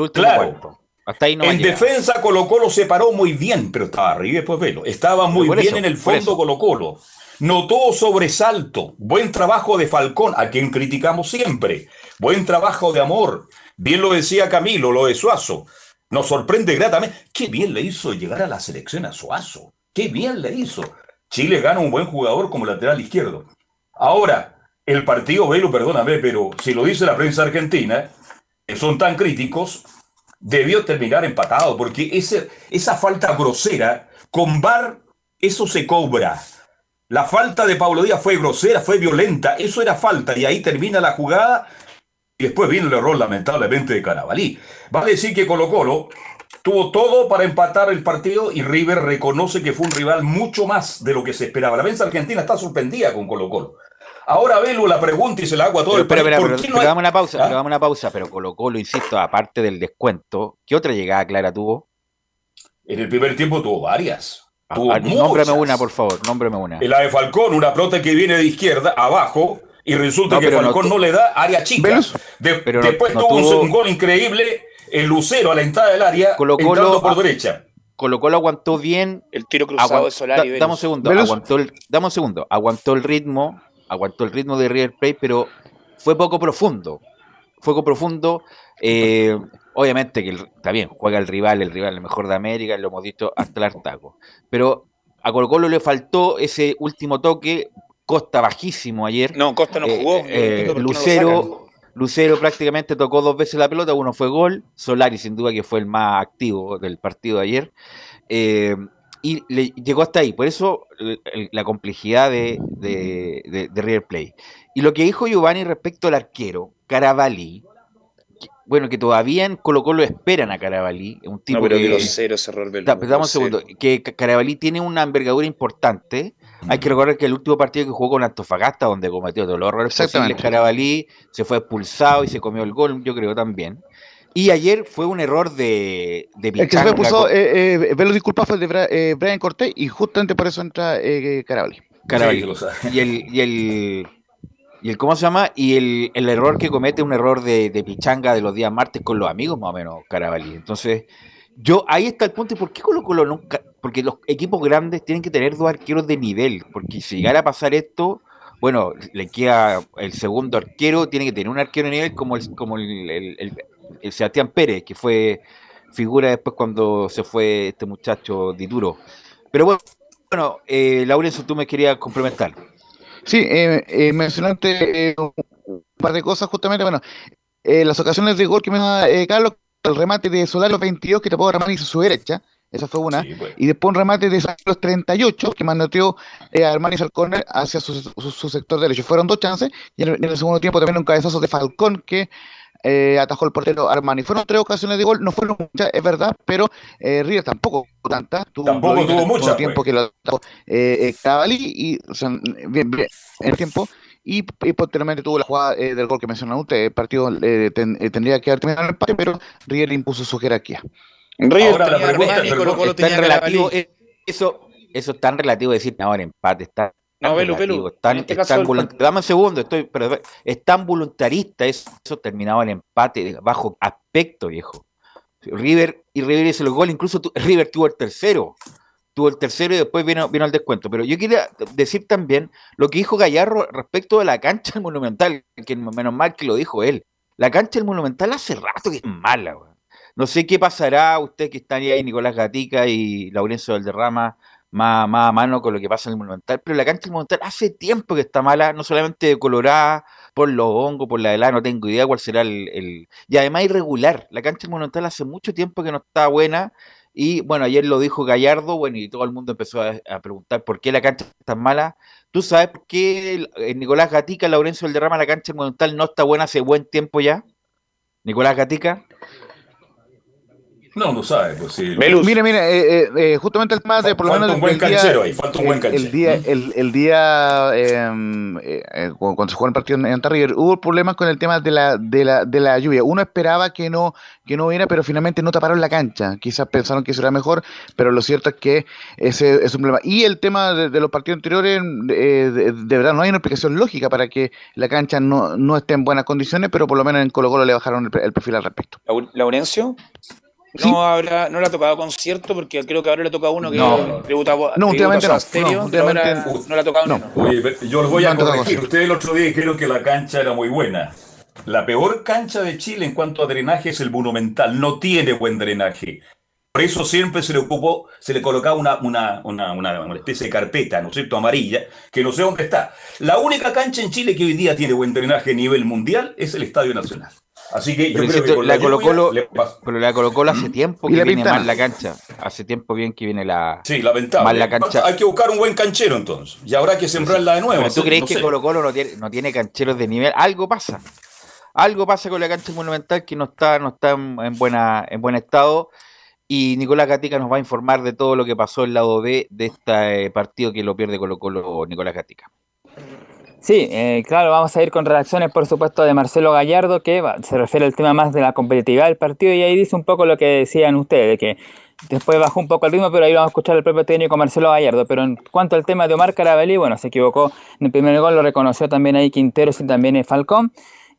ahí no. En defensa Colo-Colo se paró muy bien, pero estaba arriba después Velo. Estaba muy bien en el fondo Colo-Colo. Notó sobresalto, buen trabajo de Falcón, a quien criticamos siempre, buen trabajo de Amor, bien lo decía Camilo, lo de Suazo, nos sorprende gratamente. Qué bien le hizo llegar a la selección a Suazo, qué bien le hizo. Chile gana un buen jugador como lateral izquierdo. Ahora, el partido, Velo, perdóname, pero si lo dice la prensa argentina, que son tan críticos, debió terminar empatado, porque esa falta grosera, con VAR, eso se cobra. La falta de Pablo Díaz fue grosera, fue violenta, eso era falta, y ahí termina la jugada, y después vino el error lamentablemente de Carabalí. Vale decir que Colo-Colo tuvo todo para empatar el partido, y River reconoce que fue un rival mucho más de lo que se esperaba. La prensa argentina está sorprendida con Colo-Colo. Ahora Velo la pregunta y se la hago a todo el país. Pero dame una pausa, pero Colo-Colo, insisto, aparte del descuento, ¿qué otra llegada clara tuvo? En el primer tiempo tuvo varias. Nómbrame una, por favor, nómbrame una. La de Falcón, una pelota que viene de izquierda, abajo, y resulta que Falcón no le da área chica. Después tuvo un gol increíble, el Lucero a la entrada del área, entrando por derecha. Colo-Colo aguantó bien. El tiro cruzado de Solari. Dame un segundo. Aguantó el ritmo de River Plate, pero fue poco profundo. Obviamente que está bien, juega el rival el mejor de América, lo hemos visto hasta el hartaco. Pero a Colo-Colo le faltó ese último toque. Costa bajísimo ayer. No, Costa no jugó. Lucero prácticamente tocó 2 veces la pelota, uno fue gol. Solari sin duda que fue el más activo del partido de ayer. Y llegó hasta ahí. Por eso la complejidad de River Plate. Y lo que dijo Giovanni respecto al arquero, Carabalí, que todavía en Colo-Colo esperan a Carabalí, un tipo pero que los ceros error del dame un segundo, que Carabalí tiene una envergadura importante. Hay que recordar que el último partido que jugó con Antofagasta, donde cometió todos los errores posibles, Carabalí se fue expulsado y se comió el gol, yo creo también. Y ayer fue un error de Pichanga. El que se fue expulsado, Velo disculpa, fue el de Brian Cortés, y justamente por eso entra Carabalí. Y el ¿cómo se llama? Y el error que comete, un error de Pichanga de los días martes con los amigos, más o menos, Carabalí. Entonces, ahí está el punto. ¿Y por qué Colo-Colo nunca? Porque los equipos grandes tienen que tener 2 arqueros de nivel. Porque si llegara a pasar esto, le queda el segundo arquero, tiene que tener un arquero de nivel como el Sebastián Pérez, que fue figura después cuando se fue este muchacho Dituro. Pero bueno, Laurencio, tú me querías complementar. Sí, mencionaste un par de cosas justamente. Las ocasiones de gol que me da Carlos, el remate de Solari los 22 que tapó Armani hizo su derecha, esa fue una, y después un remate de los 38 que manoteó Armani al córner hacia su sector derecho. Fueron 2 chances, y en el segundo tiempo también un cabezazo de Falcón que atajó el portero Armani. Fueron 3 ocasiones de gol, no fueron muchas, es verdad, pero River tampoco tantas. Tampoco tuvo muchas. Tiempo que lo atajó Carabalí, y bien en el tiempo. Y posteriormente tuvo la jugada del gol que mencionó usted. El partido tendría que haber terminado el empate, pero River impuso su jerarquía. Ahora la pregunta es tan relativo, eso es tan relativo decir ahora empate, está dame un segundo, es tan voluntarista eso terminaba en empate bajo aspecto, viejo. River hizo el gol, incluso River tuvo el tercero y después vino el descuento. Pero yo quería decir también lo que dijo Gallardo respecto de la cancha del Monumental, que menos mal que lo dijo él. La cancha del Monumental hace rato que es mala, güey. No sé qué pasará, usted que están ahí, Nicolás Gatica y Laurencio Valderrama, más a mano con lo que pasa en el Monumental, pero la cancha del Monumental hace tiempo que está mala, no solamente colorada por los hongos, por la helada, no tengo idea cuál será y además irregular. La cancha del Monumental hace mucho tiempo que no está buena, y bueno, ayer lo dijo Gallardo, y todo el mundo empezó a preguntar por qué la cancha es tan mala. ¿Tú sabes por qué Nicolás Gatica, Laurencio Valderrama, la cancha del Monumental no está buena hace buen tiempo ya? Nicolás Gatica. No lo sabe, pues sí. Mire, justamente el tema de por lo menos falta un buen canchero ahí, falta un buen canchero. El día cuando se jugó el partido en River, hubo problemas con el tema de la lluvia. Uno esperaba que no hubiera, pero finalmente no taparon la cancha. Quizás pensaron que eso era mejor, pero lo cierto es que ese es un problema. Y el tema de los partidos anteriores, de verdad no hay una explicación lógica para que la cancha no esté en buenas condiciones, pero por lo menos en Colo-Colo le bajaron el perfil al respecto. ¿Laurencio? ¿Sí? No le ha tocado concierto, porque creo que ahora le toca a uno que tributa últimamente a Stereo, no le ha tocado uno. Oye, yo los voy a corregir. Ustedes el otro día dijeron que la cancha era muy buena. La peor cancha de Chile en cuanto a drenaje es el Monumental. No tiene buen drenaje. Por eso siempre se le colocaba una especie de carpeta, ¿no es cierto?, amarilla, que no sé dónde está. La única cancha en Chile que hoy día tiene buen drenaje a nivel mundial es el Estadio Nacional. Así que yo creo que con la Colo-Colo hace tiempo que viene mal la cancha. Hace tiempo bien que viene lamentable. Mal la cancha. Hay que buscar un buen canchero entonces. Y habrá que sembrarla de nuevo. ¿Pero tú crees que Colo-Colo no tiene cancheros de nivel? Algo pasa. Algo pasa con la cancha Monumental que no está en buen estado. Y Nicolás Gatica nos va a informar de todo lo que pasó el lado B de este partido que lo pierde Colo-Colo. Nicolás Gatica. Sí, claro, vamos a ir con reacciones, por supuesto, de Marcelo Gallardo, que se refiere al tema más de la competitividad del partido, y ahí dice un poco lo que decían ustedes, que después bajó un poco el ritmo, pero ahí vamos a escuchar al propio técnico Marcelo Gallardo. Pero en cuanto al tema de Omar Carabalí, bueno, se equivocó en el primer gol, lo reconoció también ahí Quinteros y también Falcón.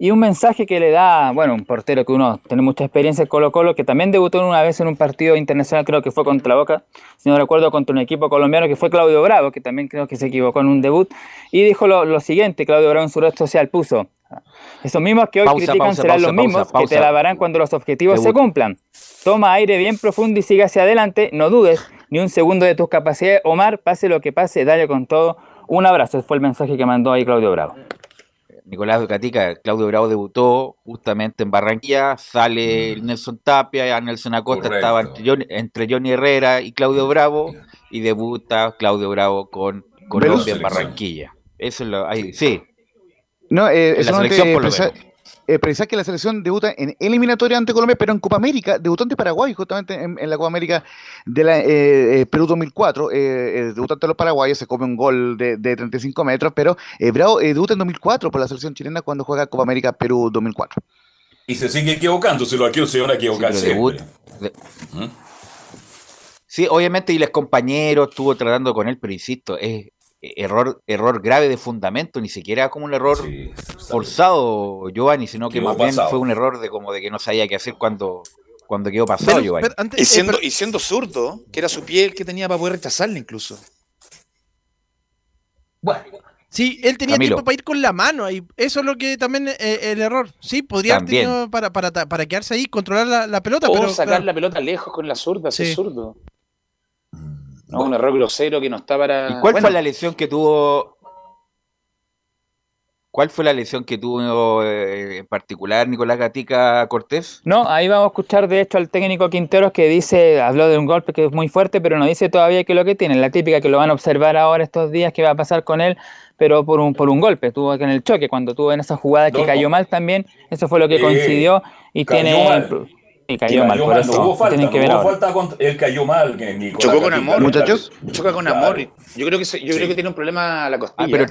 Y un mensaje que le da, bueno, un portero que uno tiene mucha experiencia en Colo-Colo, que también debutó una vez en un partido internacional, creo que fue contra Boca, si no recuerdo, contra un equipo colombiano, que fue Claudio Bravo, que también creo que se equivocó en un debut, y dijo lo siguiente. Claudio Bravo en su red social puso: esos mismos que hoy critican serán los mismos que te alabarán cuando los objetivos se cumplan. Toma aire bien profundo y sigue hacia adelante, no dudes ni un segundo de tus capacidades, Omar, pase lo que pase, dale con todo. Un abrazo, ese fue el mensaje que mandó ahí Claudio Bravo. Nicolás Ducatica, Claudio Bravo debutó justamente en Barranquilla, sale Nelson Tapia, Nelson Acosta. Correcto. Estaba entre Johnny Herrera y Claudio Bravo, y debuta Claudio Bravo con Colombia en Barranquilla. Eso es lo ahí, sí. No, en la selección por lo menos. Precisar que la selección debuta en eliminatoria ante Colombia, pero en Copa América, debutó ante Paraguay, justamente en la Copa América de la Perú 2004, debutó ante los paraguayos, se come un gol de 35 metros, pero Bravo debuta en 2004 por la selección chilena cuando juega Copa América Perú 2004. Y se sigue equivocando, si lo aquí se van a equivocar siempre. Sí, obviamente, y los compañeros estuvo tratando con él, pero insisto, es error grave de fundamento, ni siquiera como un error forzado, Giovanni, sino que más bien fue un error de que no sabía qué hacer cuando quedó pasado, Giovanni. Y siendo zurdo, que era su piel que tenía para poder rechazarle incluso. Bueno. Sí, él tenía tiempo para ir con la mano, y eso es lo que también el error. Sí, podría haber tenido para quedarse ahí, controlar la pelota, pero sacar la pelota lejos con la zurda, sí. Es zurdo. No, un error grosero que no está para... ¿Y cuál fue la lesión que tuvo? ¿Cuál fue la lesión que tuvo en particular Nicolás Gatica Cortés? No, ahí vamos a escuchar de hecho al técnico Quinteros, que habló de un golpe que es muy fuerte, pero no dice todavía qué es lo que tiene. La típica que lo van a observar ahora estos días, que va a pasar con él, pero por un golpe. Tuvo en el choque, cuando tuvo en esa jugada que cayó mal también, eso fue lo que coincidió y tiene... Y cayó mal, por eso no hubo falta, tienen que ver ahora. Él cayó mal. Chocó con amor, muchachos. Choca con amor. Yo creo que tiene un problema a la costilla.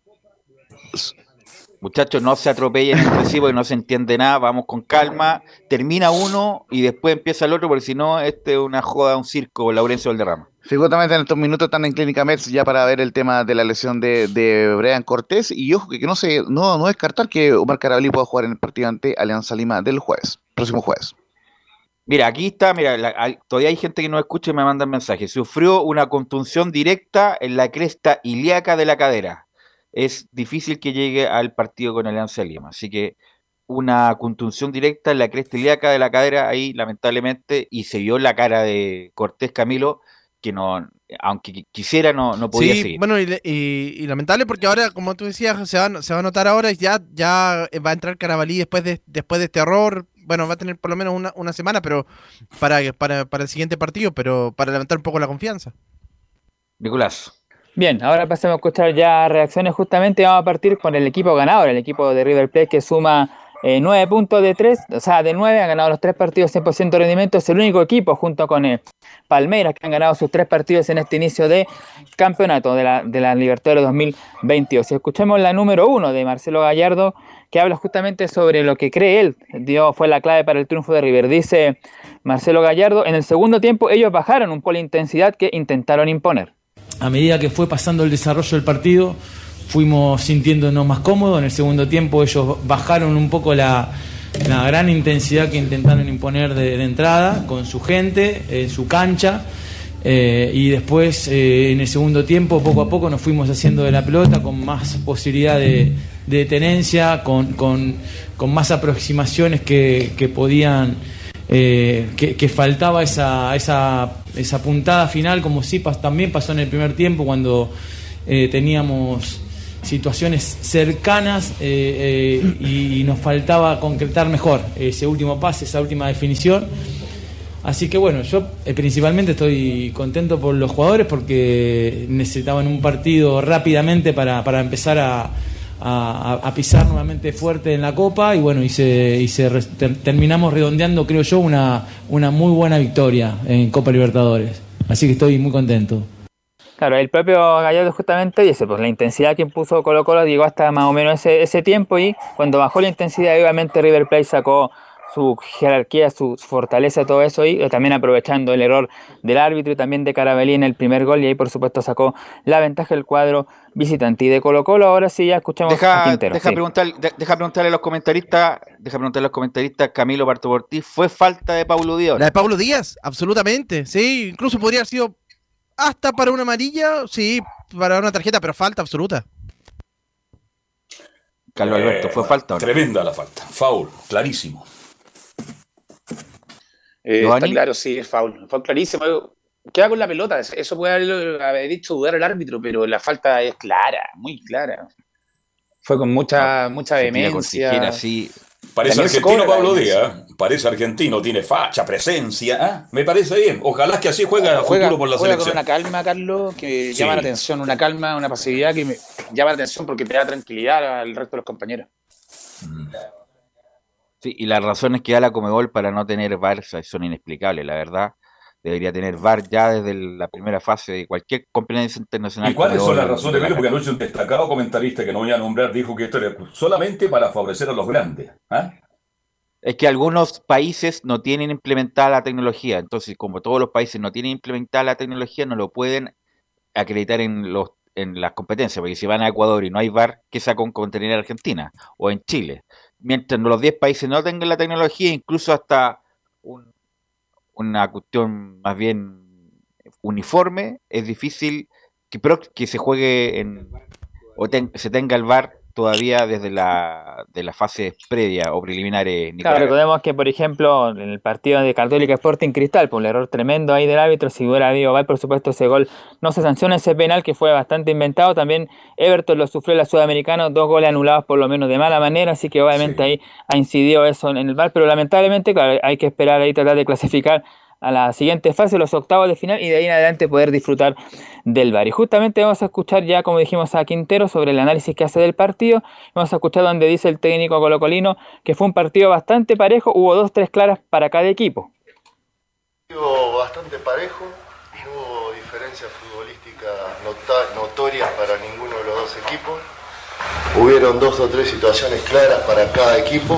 Muchachos, no se atropellen entre sí porque no se entiende nada. Vamos con calma. Termina uno y después empieza el otro, porque si no, es una joda, un circo, Laurencio Valderrama. Sí, justamente en estos minutos están en Clínica Mets ya para ver el tema de la lesión de Brian Cortés. Y ojo, que no descartar que Omar Carabalí pueda jugar en el partido ante Alianza Lima del próximo jueves. Mira, aquí está, todavía hay gente que no escucha y me mandan mensajes. Sufrió una contunción directa en la cresta ilíaca de la cadera. Es difícil que llegue al partido con Alianza Lima. Así que una contunción directa en la cresta ilíaca de la cadera ahí, lamentablemente, y se vio la cara de Cortés Camilo, que no, aunque quisiera, no podía seguir. Bueno, y lamentable porque ahora, como tú decías, se va a notar ahora, y ya va a entrar Carabalí después de este error. Bueno, va a tener por lo menos una semana, pero para el siguiente partido, pero para levantar un poco la confianza. Nicolás. Bien, ahora pasamos a escuchar ya reacciones justamente. Vamos a partir con el equipo ganador, el equipo de River Plate, que suma 9 puntos de 3, o sea, de 9, han ganado los 3 partidos 100% de rendimiento. Es el único equipo junto con Palmeiras que han ganado sus 3 partidos en este inicio de campeonato de la Libertadores 2022. Si escuchamos la número 1 de Marcelo Gallardo, que habla justamente sobre lo que cree él, fue la clave para el triunfo de River. Dice Marcelo Gallardo: en el segundo tiempo ellos bajaron un poco la intensidad que intentaron imponer. A medida que fue pasando el desarrollo del partido, fuimos sintiéndonos más cómodos. En el segundo tiempo ellos bajaron un poco la gran intensidad que intentaron imponer de entrada, con su gente, en su cancha. Y después, en el segundo tiempo, poco a poco nos fuimos haciendo de la pelota con más posibilidad de tenencia, con más aproximaciones que podían... que faltaba esa puntada final, como sí también pasó en el primer tiempo, cuando teníamos situaciones cercanas y nos faltaba concretar mejor ese último pase, esa última definición. Así que bueno, yo principalmente estoy contento por los jugadores, porque necesitaban un partido rápidamente para empezar a pisar nuevamente fuerte en la Copa, y bueno, terminamos redondeando, creo yo, una muy buena victoria en Copa Libertadores. Así que estoy muy contento. Claro, el propio Gallardo justamente dice, pues la intensidad que impuso Colo-Colo llegó hasta más o menos ese tiempo, y cuando bajó la intensidad, obviamente River Plate sacó su jerarquía, su fortaleza, todo eso, y también aprovechando el error del árbitro y también de Carabalí en el primer gol, y ahí por supuesto sacó la ventaja el cuadro visitante. Y de Colo-Colo ahora sí ya escuchamos a Quintero. Deja preguntarle a los comentaristas, Camilo Bartoportí, ¿fue falta de Paulo Díaz? La de Paulo Díaz, absolutamente, sí, incluso podría haber sido hasta para una amarilla, sí, para una tarjeta, pero falta absoluta. Carlos Alberto, ¿fue falta o no? Tremenda la falta, foul, clarísimo. Está claro, sí, es foul clarísimo. Queda con la pelota, eso puede haber dicho dudar al árbitro, pero la falta es clara, muy clara. Fue con mucha vehemencia. Sí. Parece argentino Pablo Díaz, parece argentino, tiene facha, presencia, me parece bien. Ojalá que así juegue a futuro por la selección. Con una calma, Carlos, que llama la atención, una calma, una pasividad que llama la atención porque te da tranquilidad al resto de los compañeros. Sí, y las razones que da la Conmebol para no tener VAR son inexplicables, la verdad. Debería tener VAR ya desde la primera fase de cualquier competencia internacional. ¿Y cuáles son las razones? Porque anoche un destacado comentarista que no voy a nombrar dijo que esto era solamente para favorecer a los grandes. Es que algunos países no tienen implementada la tecnología, entonces como todos los países no tienen implementada la tecnología, no lo pueden acreditar en las competencias, porque si van a Ecuador y no hay VAR, ¿qué sacan con tener en Argentina o en Chile? Mientras los 10 países no tengan la tecnología, incluso hasta una cuestión más bien uniforme, es difícil que se juegue se tenga el VAR todavía desde la fase previa o preliminares. Claro, recordemos que, por ejemplo, en el partido de Católica Sporting Cristal, por un error tremendo ahí del árbitro, si hubiera habido VAR, por supuesto, ese gol no se sanciona, ese penal que fue bastante inventado. También Everton lo sufrió en la Sudamericana, 2 goles anulados por lo menos de mala manera, así que obviamente ahí ha incidido eso en el VAR, pero lamentablemente, claro, hay que esperar ahí, tratar de clasificar a la siguiente fase, los octavos de final, y de ahí en adelante poder disfrutar del VAR. Y justamente vamos a escuchar ya, como dijimos, a Quintero sobre el análisis que hace del partido. Vamos a escuchar donde dice el técnico colocolino que fue un partido bastante parejo, hubo 2-3 claras para cada equipo. Bastante parejo, no hubo diferencias futbolísticas notorias para ninguno de los dos equipos. Hubieron 2 o 3 situaciones claras para cada equipo.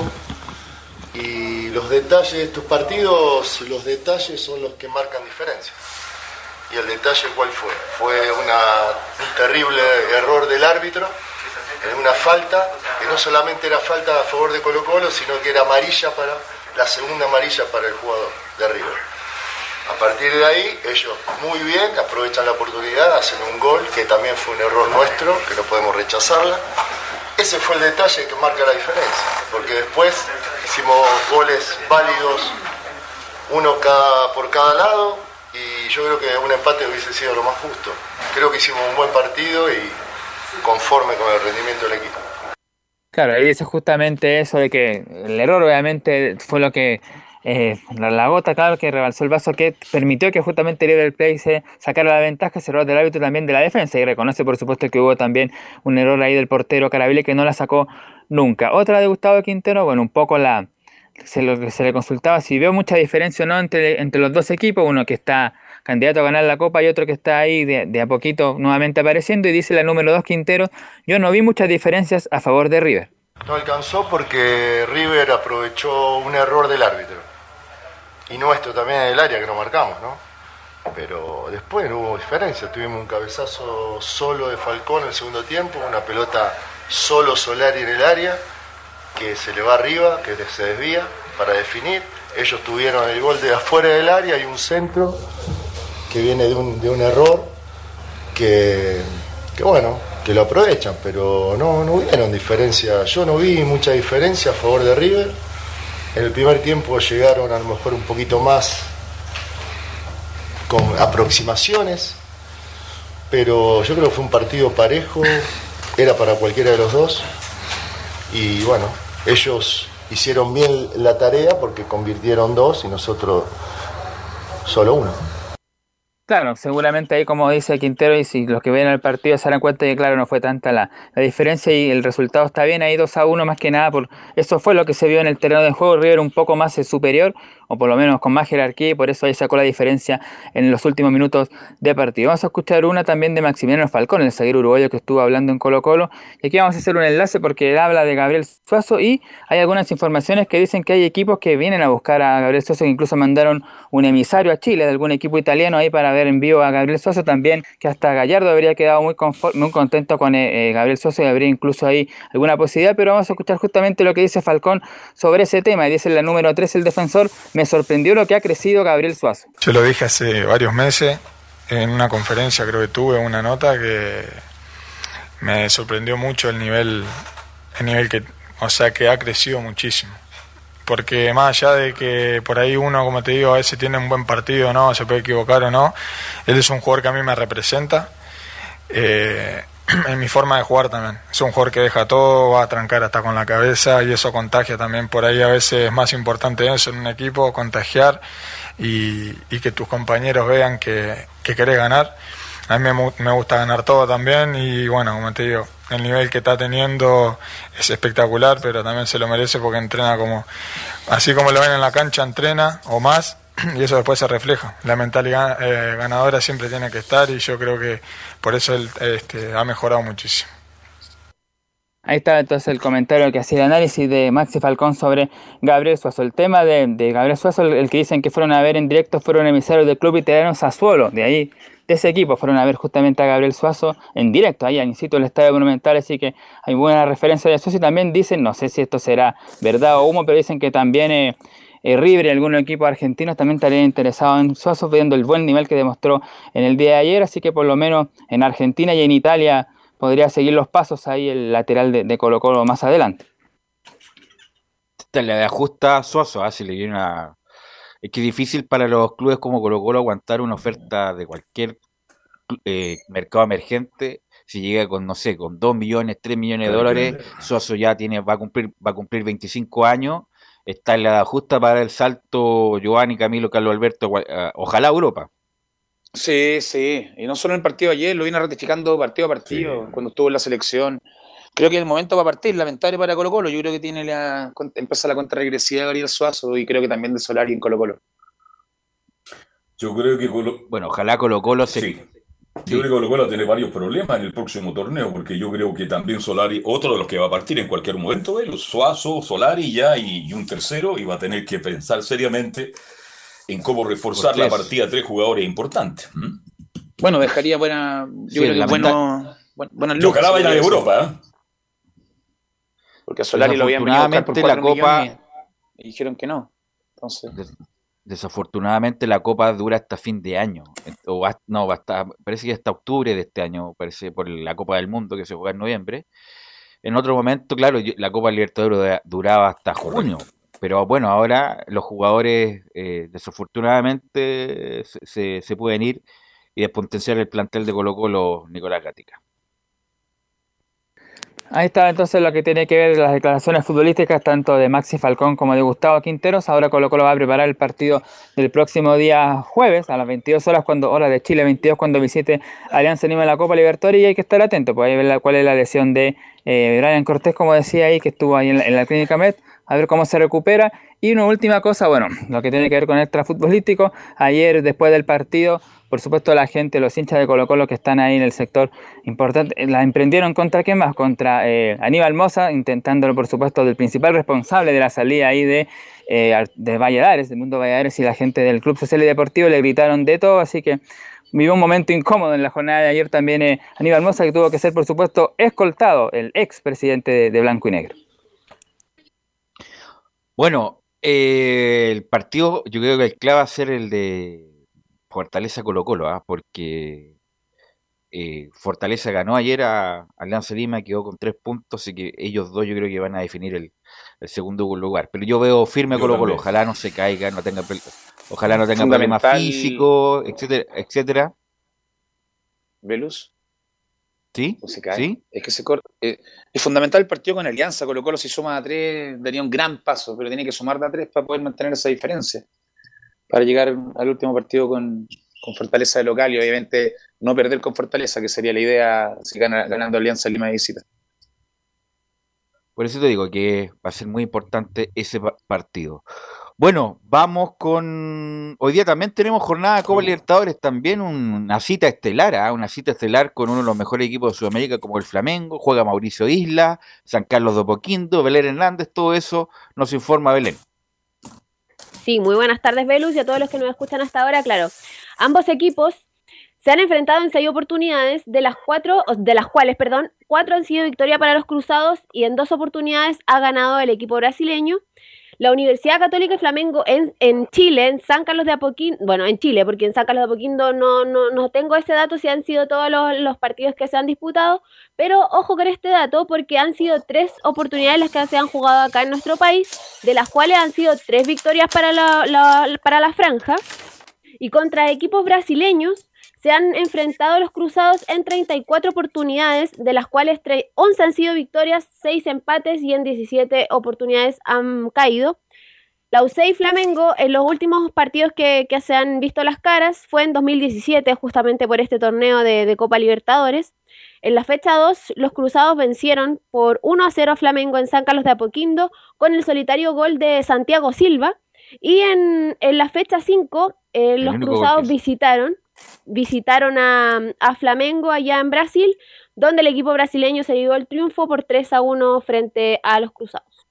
Y los detalles de estos partidos, los detalles son los que marcan diferencias. ¿Y el detalle cuál fue? Fue un terrible error del árbitro, en una falta, que no solamente era falta a favor de Colo-Colo, sino que era la segunda amarilla para el jugador de River. A partir de ahí, ellos muy bien aprovechan la oportunidad, hacen un gol, que también fue un error nuestro, que no podemos rechazarla. Ese fue el detalle que marca la diferencia, porque después hicimos goles válidos, uno por cada lado, y yo creo que un empate hubiese sido lo más justo. Creo que hicimos un buen partido y conforme con el rendimiento del equipo. Claro, ahí dice justamente eso de que el error obviamente fue lo que la gota, claro, que rebalsó el vaso, que permitió que justamente River Plate se sacara la ventaja, ese error del árbitro también de la defensa, y reconoce por supuesto que hubo también un error ahí del portero Carabalí que no la sacó nunca. Otra de Gustavo Quintero, bueno, un poco se le consultaba si vio mucha diferencia o no entre los dos equipos, uno que está candidato a ganar la Copa y otro que está ahí de a poquito nuevamente apareciendo, y dice la número 2 Quintero: yo no vi muchas diferencias a favor de River. No alcanzó porque River aprovechó un error del árbitro. Y nuestro también en el área que no marcamos, ¿no? Pero después no hubo diferencia. Tuvimos un cabezazo solo de Falcón en el segundo tiempo, una pelota solo Solari en el área, que se le va arriba, que se desvía para definir. Ellos tuvieron el gol de afuera del área y un centro que viene de un error que bueno, que lo aprovechan, pero no hubieron diferencia. Yo no vi mucha diferencia a favor de River. En el primer tiempo llegaron a lo mejor un poquito más con aproximaciones, pero yo creo que fue un partido parejo, era para cualquiera de los dos, y bueno, ellos hicieron bien la tarea porque convirtieron 2 y nosotros solo 1. Claro, seguramente ahí, como dice Quintero, y si los que ven el partido se dan cuenta que claro, no fue tanta la diferencia y el resultado está bien, ahí 2-1 más que nada, por eso fue lo que se vio en el terreno de juego. River un poco más superior, o por lo menos con más jerarquía, y por eso ahí sacó la diferencia en los últimos minutos de partido. Vamos a escuchar una también de Maximiliano Falcón, el zaguero uruguayo que estuvo hablando en Colo-Colo, y aquí vamos a hacer un enlace porque él habla de Gabriel Suazo y hay algunas informaciones que dicen que hay equipos que vienen a buscar a Gabriel Suazo, que incluso mandaron un emisario a Chile de algún equipo italiano ahí para ver en vivo a Gabriel Suazo. También que hasta Gallardo habría quedado muy contento con Gabriel Suazo y habría incluso ahí alguna posibilidad, pero vamos a escuchar justamente lo que dice Falcón sobre ese tema. Y dice la número 3, el defensor: me sorprendió lo que ha crecido Gabriel Suazo. Yo lo dije hace varios meses, en una conferencia creo que tuve una nota que me sorprendió mucho el nivel que, o sea, que ha crecido muchísimo. Porque más allá de que por ahí uno, como te digo, a veces tiene un buen partido o no, se puede equivocar o no, él es un jugador que a mí me representa. En mi forma de jugar también. Es un jugador que deja todo, va a trancar hasta con la cabeza y eso contagia también. Por ahí a veces es más importante eso en un equipo, contagiar y que tus compañeros vean que querés ganar. A mí me gusta ganar todo también y bueno, como te digo, el nivel que está teniendo es espectacular, pero también se lo merece porque entrena así como lo ven en la cancha, entrena o más. Y eso después se refleja. La mentalidad ganadora siempre tiene que estar y yo creo que por eso él ha mejorado muchísimo. Ahí está entonces el comentario que hacía el análisis de Maxi Falcón sobre Gabriel Suazo. El tema de Gabriel Suazo, el que dicen que fueron a ver en directo, fueron emisarios del club italiano Sassuolo, de ese equipo, fueron a ver justamente a Gabriel Suazo en directo, ahí al inicio del Estadio Monumental, así que hay buena referencia de Suazo. Y también dicen, no sé si esto será verdad o humo, pero dicen que también River y algunos equipos argentinos también estarían interesados en Suazo, viendo el buen nivel que demostró en el día de ayer, así que por lo menos en Argentina y en Italia podría seguir los pasos ahí el lateral de Colo-Colo más adelante. Esta le ajusta a Suazo, si le viene una... Es que es difícil para los clubes como Colo-Colo aguantar una oferta de cualquier mercado emergente. Si llega con, no sé, con 2 millones, 3 millones de dólares, Suazo ya va a cumplir 25 años. Está en la justa para el salto Giovanni, Camilo, Carlos Alberto, ojalá Europa. Sí, y no solo en el partido de ayer, lo viene ratificando partido a partido, cuando estuvo en la selección. Creo que el momento va a partir, lamentable para Colo-Colo. Yo creo que empieza la cuenta regresiva de Gabriel Suazo y creo que también de Solari en Colo-Colo. Yo creo que bueno, ojalá Colo-Colo sí. Yo creo que Colo-Colo tiene varios problemas en el próximo torneo, porque yo creo que también Solari, otro de los que va a partir en cualquier momento, Suazo, Solari ya y un tercero, y va a tener que pensar seriamente en cómo reforzar la partida a 3 jugadores importantes. Bueno, dejaría buena... Yo creo que buenas luces. Ojalá vayan a Europa, Porque a Solari lo habían venido a buscar por 4 millones y dijeron que no. Entonces... Desafortunadamente la Copa dura hasta fin de año, parece que hasta octubre de este año, parece, por la Copa del Mundo que se juega en noviembre. En otro momento, claro, la Copa Libertadores duraba hasta junio, pero bueno, ahora los jugadores desafortunadamente se pueden ir y despotenciar el plantel de Colo-Colo, Nicolás Gatica. Ahí está entonces lo que tiene que ver las declaraciones futbolísticas tanto de Maxi Falcón como de Gustavo Quinteros. Ahora Colo-Colo va a preparar el partido del próximo día jueves a las 22 horas, hora de Chile 22, cuando visite Alianza Lima en la Copa Libertadores, y hay que estar atento, pues ahí ver cuál es la lesión de Brian Cortés, como decía ahí, que estuvo ahí en la Clínica Med, a ver cómo se recupera. Y una última cosa, bueno, lo que tiene que ver con el extrafutbolístico, ayer después del partido, por supuesto la gente, los hinchas de Colo-Colo que están ahí en el sector importante, la emprendieron contra ¿quién más? Contra Aníbal Mosa, intentándolo por supuesto del principal responsable de la salida ahí de Valladares, del Mundo Valladares, y la gente del Club Social y Deportivo le gritaron de todo, así que vivió un momento incómodo en la jornada de ayer también Aníbal Mosa, que tuvo que ser por supuesto escoltado, el ex presidente de Blanco y Negro. Bueno, el partido yo creo que el clave va a ser el de Fortaleza Colo-Colo, porque Fortaleza ganó ayer a Alianza Lima, quedó con 3 puntos, así que ellos dos yo creo que van a definir el segundo lugar. Pero yo veo firme a Colo-Colo, ojalá no se caiga, ojalá no tenga problemas físicos, etcétera. ¿Velus? ¿Sí? ¿O se cae? ¿Sí? Es que es fundamental el partido con Alianza. Colo-Colo si suma a 3 daría un gran paso, pero tiene que sumar de a 3 para poder mantener esa diferencia, para llegar al último partido con Fortaleza de local y obviamente no perder con Fortaleza, que sería la idea si ganando Alianza Lima de visita. Por eso te digo que va a ser muy importante ese partido. Bueno, vamos con... Hoy día también tenemos jornada de Copa Libertadores, también una cita estelar, una cita estelar con uno de los mejores equipos de Sudamérica como el Flamengo, juega Mauricio Isla, San Carlos de Apoquindo, Belén Hernández, todo eso nos informa Belén. Sí, muy buenas tardes, Velus, y a todos los que nos escuchan hasta ahora. Claro, ambos equipos se han enfrentado en 6 oportunidades, de las cuales, 4 han sido victoria para los cruzados y en 2 oportunidades ha ganado el equipo brasileño. La Universidad Católica y Flamengo en Chile, en San Carlos de Apoquindo, bueno, en Chile, porque en San Carlos de Apoquindo no tengo ese dato si han sido todos los partidos que se han disputado, pero ojo con este dato porque han sido 3 oportunidades las que se han jugado acá en nuestro país, de las cuales han sido 3 victorias para la franja, y contra equipos brasileños se han enfrentado los cruzados en 34 oportunidades, de las cuales 11 han sido victorias, 6 empates y en 17 oportunidades han caído. La UC y Flamengo, en los últimos partidos que se han visto las caras, fue en 2017, justamente por este torneo de Copa Libertadores. En la fecha 2, los cruzados vencieron por 1-0 a Flamengo en San Carlos de Apoquindo, con el solitario gol de Santiago Silva. Y en la fecha 5, los cruzados visitaron a Flamengo allá en Brasil, donde el equipo brasileño se llevó el triunfo por 3-1 frente a los cruzados.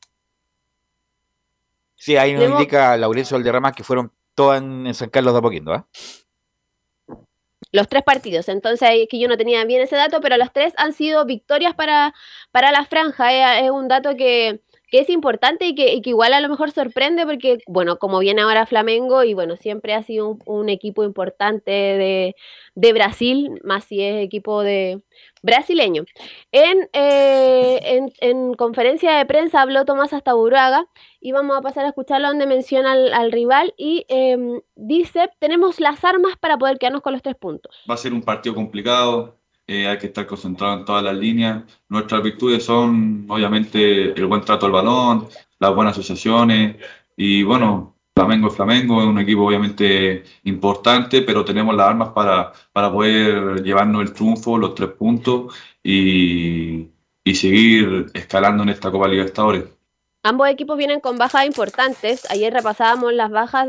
Sí, ahí nos indica Laurencio Valderrama que fueron todas en San Carlos de Apoquindo, ¿eh? Los 3 partidos, entonces es que yo no tenía bien ese dato, pero los 3 han sido victorias para la franja. Es un dato que es importante y que igual a lo mejor sorprende porque, bueno, como viene ahora Flamengo y bueno, siempre ha sido un equipo importante de Brasil, más si es equipo de brasileño. En conferencia de prensa habló Tomás Astaburuaga y vamos a pasar a escucharlo donde menciona al rival y dice, tenemos las armas para poder quedarnos con los 3 puntos. Va a ser un partido complicado. Hay que estar concentrado en todas las líneas. Nuestras virtudes son, obviamente, el buen trato al balón, las buenas asociaciones. Y bueno, Flamengo es Flamengo, es un equipo obviamente importante, pero tenemos las armas para poder llevarnos el triunfo, los 3 puntos y seguir escalando en esta Copa Libertadores. Ambos equipos vienen con bajas importantes. Ayer repasábamos las bajas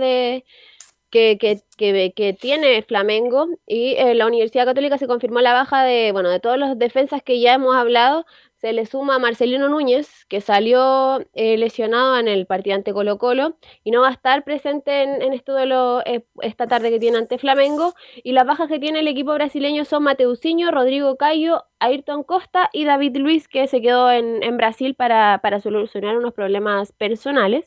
que tiene Flamengo y la Universidad Católica se confirmó la baja de todos los defensas que ya hemos hablado. Se le suma a Marcelino Núñez, que salió lesionado en el partido ante Colo-Colo y no va a estar presente en este duelo esta tarde que tiene ante Flamengo. Y las bajas que tiene el equipo brasileño son Mateuzinho, Rodrigo Caio, Ayrton Costa y David Luiz, que se quedó en Brasil para solucionar unos problemas personales.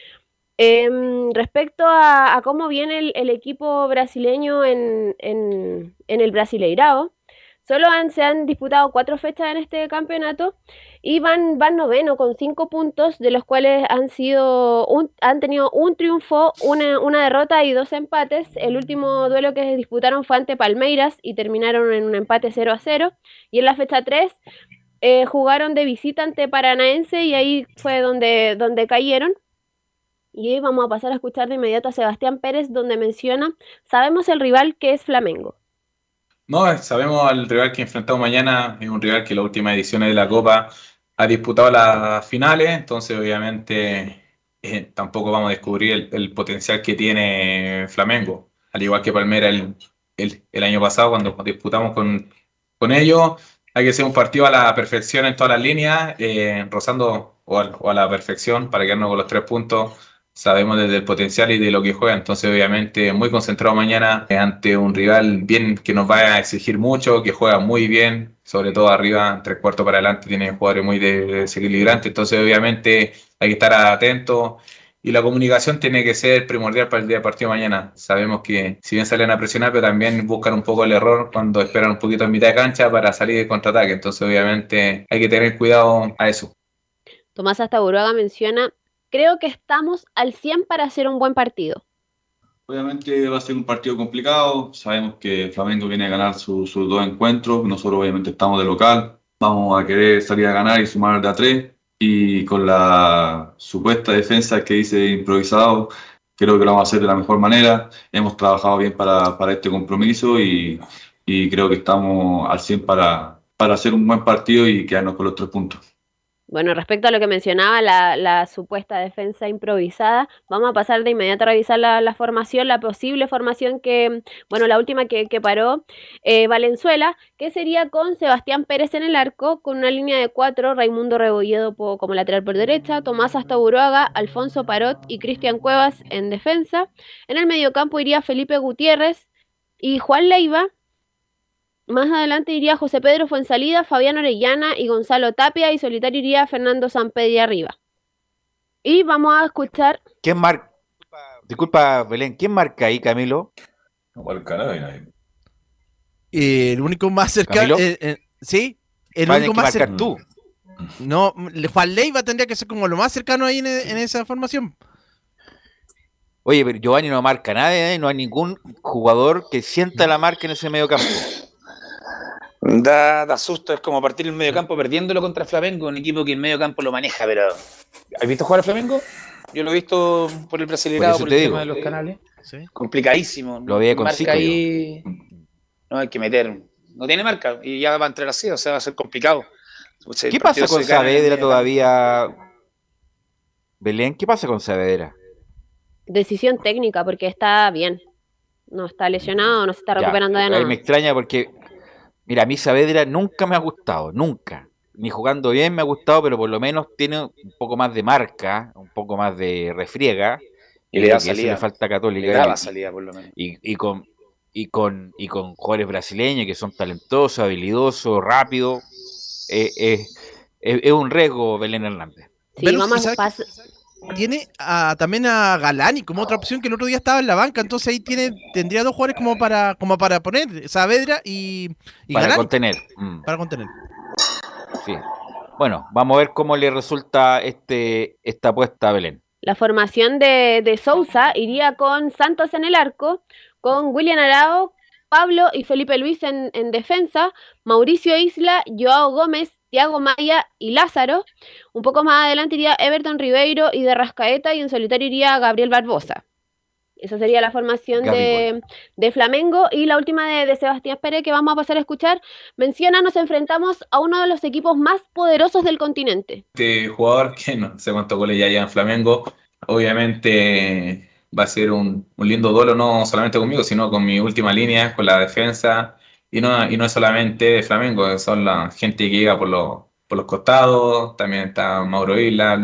Respecto a cómo viene el equipo brasileño en el Brasileirao, se han disputado 4 fechas en este campeonato y van noveno con 5 puntos, de los cuales han tenido un triunfo, una derrota y 2 empates. El último duelo que se disputaron fue ante Palmeiras y terminaron en un empate 0-0, y en la fecha 3 jugaron de visita ante Paranaense y ahí fue donde cayeron. Y hoy vamos a pasar a escuchar de inmediato a Sebastián Pérez, donde menciona, sabemos el rival que es Flamengo. No, sabemos al rival que enfrentamos mañana, es un rival que en las últimas ediciones de la Copa ha disputado las finales, entonces obviamente tampoco vamos a descubrir el potencial que tiene Flamengo, al igual que Palmeiras el año pasado cuando disputamos con ellos. Hay que hacer un partido a la perfección en todas las líneas, rozando o a la perfección para quedarnos con los 3 puntos. Sabemos desde el potencial y de lo que juega, entonces obviamente muy concentrado mañana ante un rival bien que nos va a exigir mucho, que juega muy bien, sobre todo arriba, 3/4 para adelante, tiene jugadores muy desequilibrantes, entonces obviamente hay que estar atentos y la comunicación tiene que ser primordial para el día del partido mañana. Sabemos que si bien salen a presionar, pero también buscan un poco el error cuando esperan un poquito en mitad de cancha para salir de contraataque, entonces obviamente hay que tener cuidado a eso. Tomás Astaburuaga menciona, creo que estamos al 100 para hacer un buen partido. Obviamente va a ser un partido complicado, sabemos que Flamengo viene a ganar sus 2 encuentros, nosotros obviamente estamos de local, vamos a querer salir a ganar y sumar de a 3, y con la supuesta defensa que dice improvisado, creo que lo vamos a hacer de la mejor manera, hemos trabajado bien para este compromiso y creo que estamos al 100 para hacer un buen partido y quedarnos con los 3 puntos. Bueno, respecto a lo que mencionaba, la supuesta defensa improvisada, vamos a pasar de inmediato a revisar la formación, la posible formación que, bueno, la última que paró Valenzuela, que sería con Sebastián Pérez en el arco, con una línea de 4, Raimundo Rebolledo como lateral por derecha, Tomás Astaburuaga, Alfonso Parot y Cristian Cuevas en defensa. En el mediocampo iría Felipe Gutiérrez y Juan Leiva. Más adelante iría José Pedro Fuensalida, Fabián Orellana y Gonzalo Tapia, y solitario iría Fernando Sampedri arriba. Y vamos a escuchar... ¿Quién marca? Disculpa, Belén, ¿quién marca ahí, Camilo? No marca nadie. El único más cercano... sí, el único más cercano... tú. No, Juan Leiva tendría que ser como lo más cercano ahí en esa formación. Oye, pero Giovanni no marca nadie, no hay ningún jugador que sienta la marca en ese medio campo. Da susto, es como partir el medio campo perdiéndolo contra Flamengo, un equipo que el medio campo lo maneja, pero... ¿Has visto jugar a Flamengo? Yo lo he visto por el Brasileirado, por el tema de los canales. ¿Sí? Complicadísimo. Lo veía con marca ahí. No hay que meter. No tiene marca y ya va a entrar así, o sea, va a ser complicado. ¿Qué pasa con Saavedra todavía? Belén, ¿qué pasa con Saavedra? Decisión técnica, porque está bien. No está lesionado, no se está recuperando de nada. Me extraña porque... Mira, a mí Saavedra nunca me ha gustado, nunca. Ni jugando bien me ha gustado, pero por lo menos tiene un poco más de marca, un poco más de refriega. Y le da salida. Le falta a Católica. Le daba salida, por lo menos. Y con jugadores brasileños que son talentosos, habilidosos, rápidos. Es un riesgo Belén Hernández. Sí, vamos a pasar. Tiene también a Galani como otra opción, que el otro día estaba en la banca, entonces ahí tendría dos jugadores como para poner, Saavedra y para Galani. Para contener. Sí. Bueno, vamos a ver cómo le resulta esta apuesta a Belén. La formación de Sousa iría con Santos en el arco, con William Arao, Pablo y Felipe Luis en defensa, Mauricio Isla, Joao Gómez, Thiago Maya y Lázaro. Un poco más adelante iría Everton Ribeiro y de Rascaeta, y en solitario iría Gabriel Barbosa. Esa sería la formación de Flamengo. Y la última de Sebastián Pérez, que vamos a pasar a escuchar, menciona: nos enfrentamos a uno de los equipos más poderosos del continente. Este jugador, que no sé cuántos goles ya lleva en Flamengo, obviamente va a ser un lindo duelo, no solamente conmigo, sino con mi última línea, con la defensa. Y no es solamente de Flamengo, son la gente que llega por los costados. También está Mauro Isla,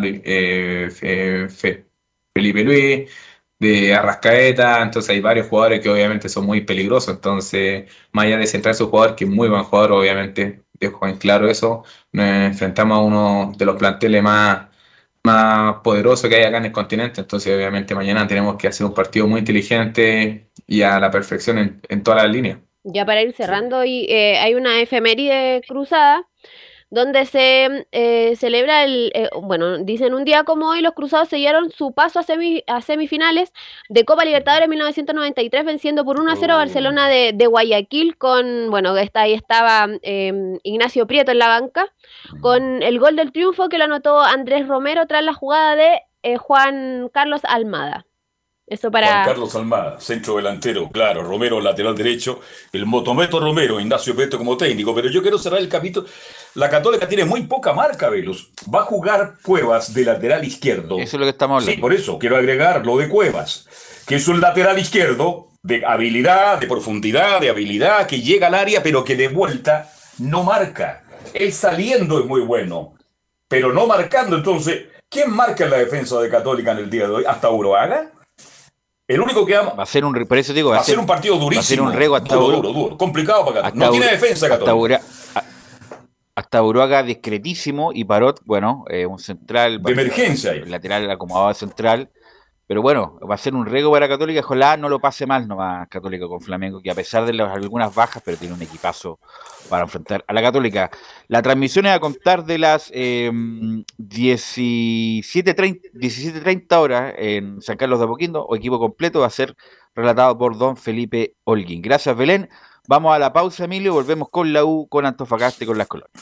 Felipe Luis, de Arrascaeta. Entonces hay varios jugadores que obviamente son muy peligrosos. Entonces, más allá de centrar su jugador, que es muy buen jugador, obviamente, dejo en claro eso, nos enfrentamos a uno de los planteles más poderosos que hay acá en el continente. Entonces, obviamente, mañana tenemos que hacer un partido muy inteligente y a la perfección en todas las líneas. Ya para ir cerrando, y hay una efeméride cruzada donde se celebra dicen un día como hoy los cruzados sellaron su paso a semifinales de Copa Libertadores 1993, venciendo por 1-0 a Barcelona de Guayaquil, ahí estaba Ignacio Prieto en la banca, con el gol del triunfo que lo anotó Andrés Romero tras la jugada de Juan Carlos Almada. Eso para... Juan Carlos Almada, centro delantero, claro, Romero lateral derecho, el Motometo Romero, Ignacio Prieto como técnico. Pero yo quiero cerrar el capítulo. La Católica tiene muy poca marca, Velus. Va a jugar Cuevas de lateral izquierdo. Eso es lo que estamos hablando. Sí, por eso quiero agregar lo de Cuevas, que es un lateral izquierdo de habilidad, de profundidad, de habilidad, que llega al área, pero que de vuelta no marca. Él saliendo es muy bueno, pero no marcando. Entonces, ¿quién marca en la defensa de Católica en el día de hoy? ¿Hasta Uruaga? El único que va a ser un partido durísimo. Va a ser un rego hasta duro. Complicado para Católica. No tiene defensa Católica. Hasta Uruaga discretísimo, y Parot, un central. De emergencia. Lateral acomodado central. Pero bueno, va a ser un rego para Católica. Ojalá no lo pase mal nomás Católica con Flamengo, que a pesar de algunas bajas, pero tiene un equipazo para enfrentar a la Católica. La transmisión es a contar de las 17:30 horas en San Carlos de Apoquindo, o equipo completo va a ser relatado por don Felipe Holguín. Gracias, Belén. Vamos a la pausa, Emilio, volvemos con la U, con Antofagasta y con las Colonias.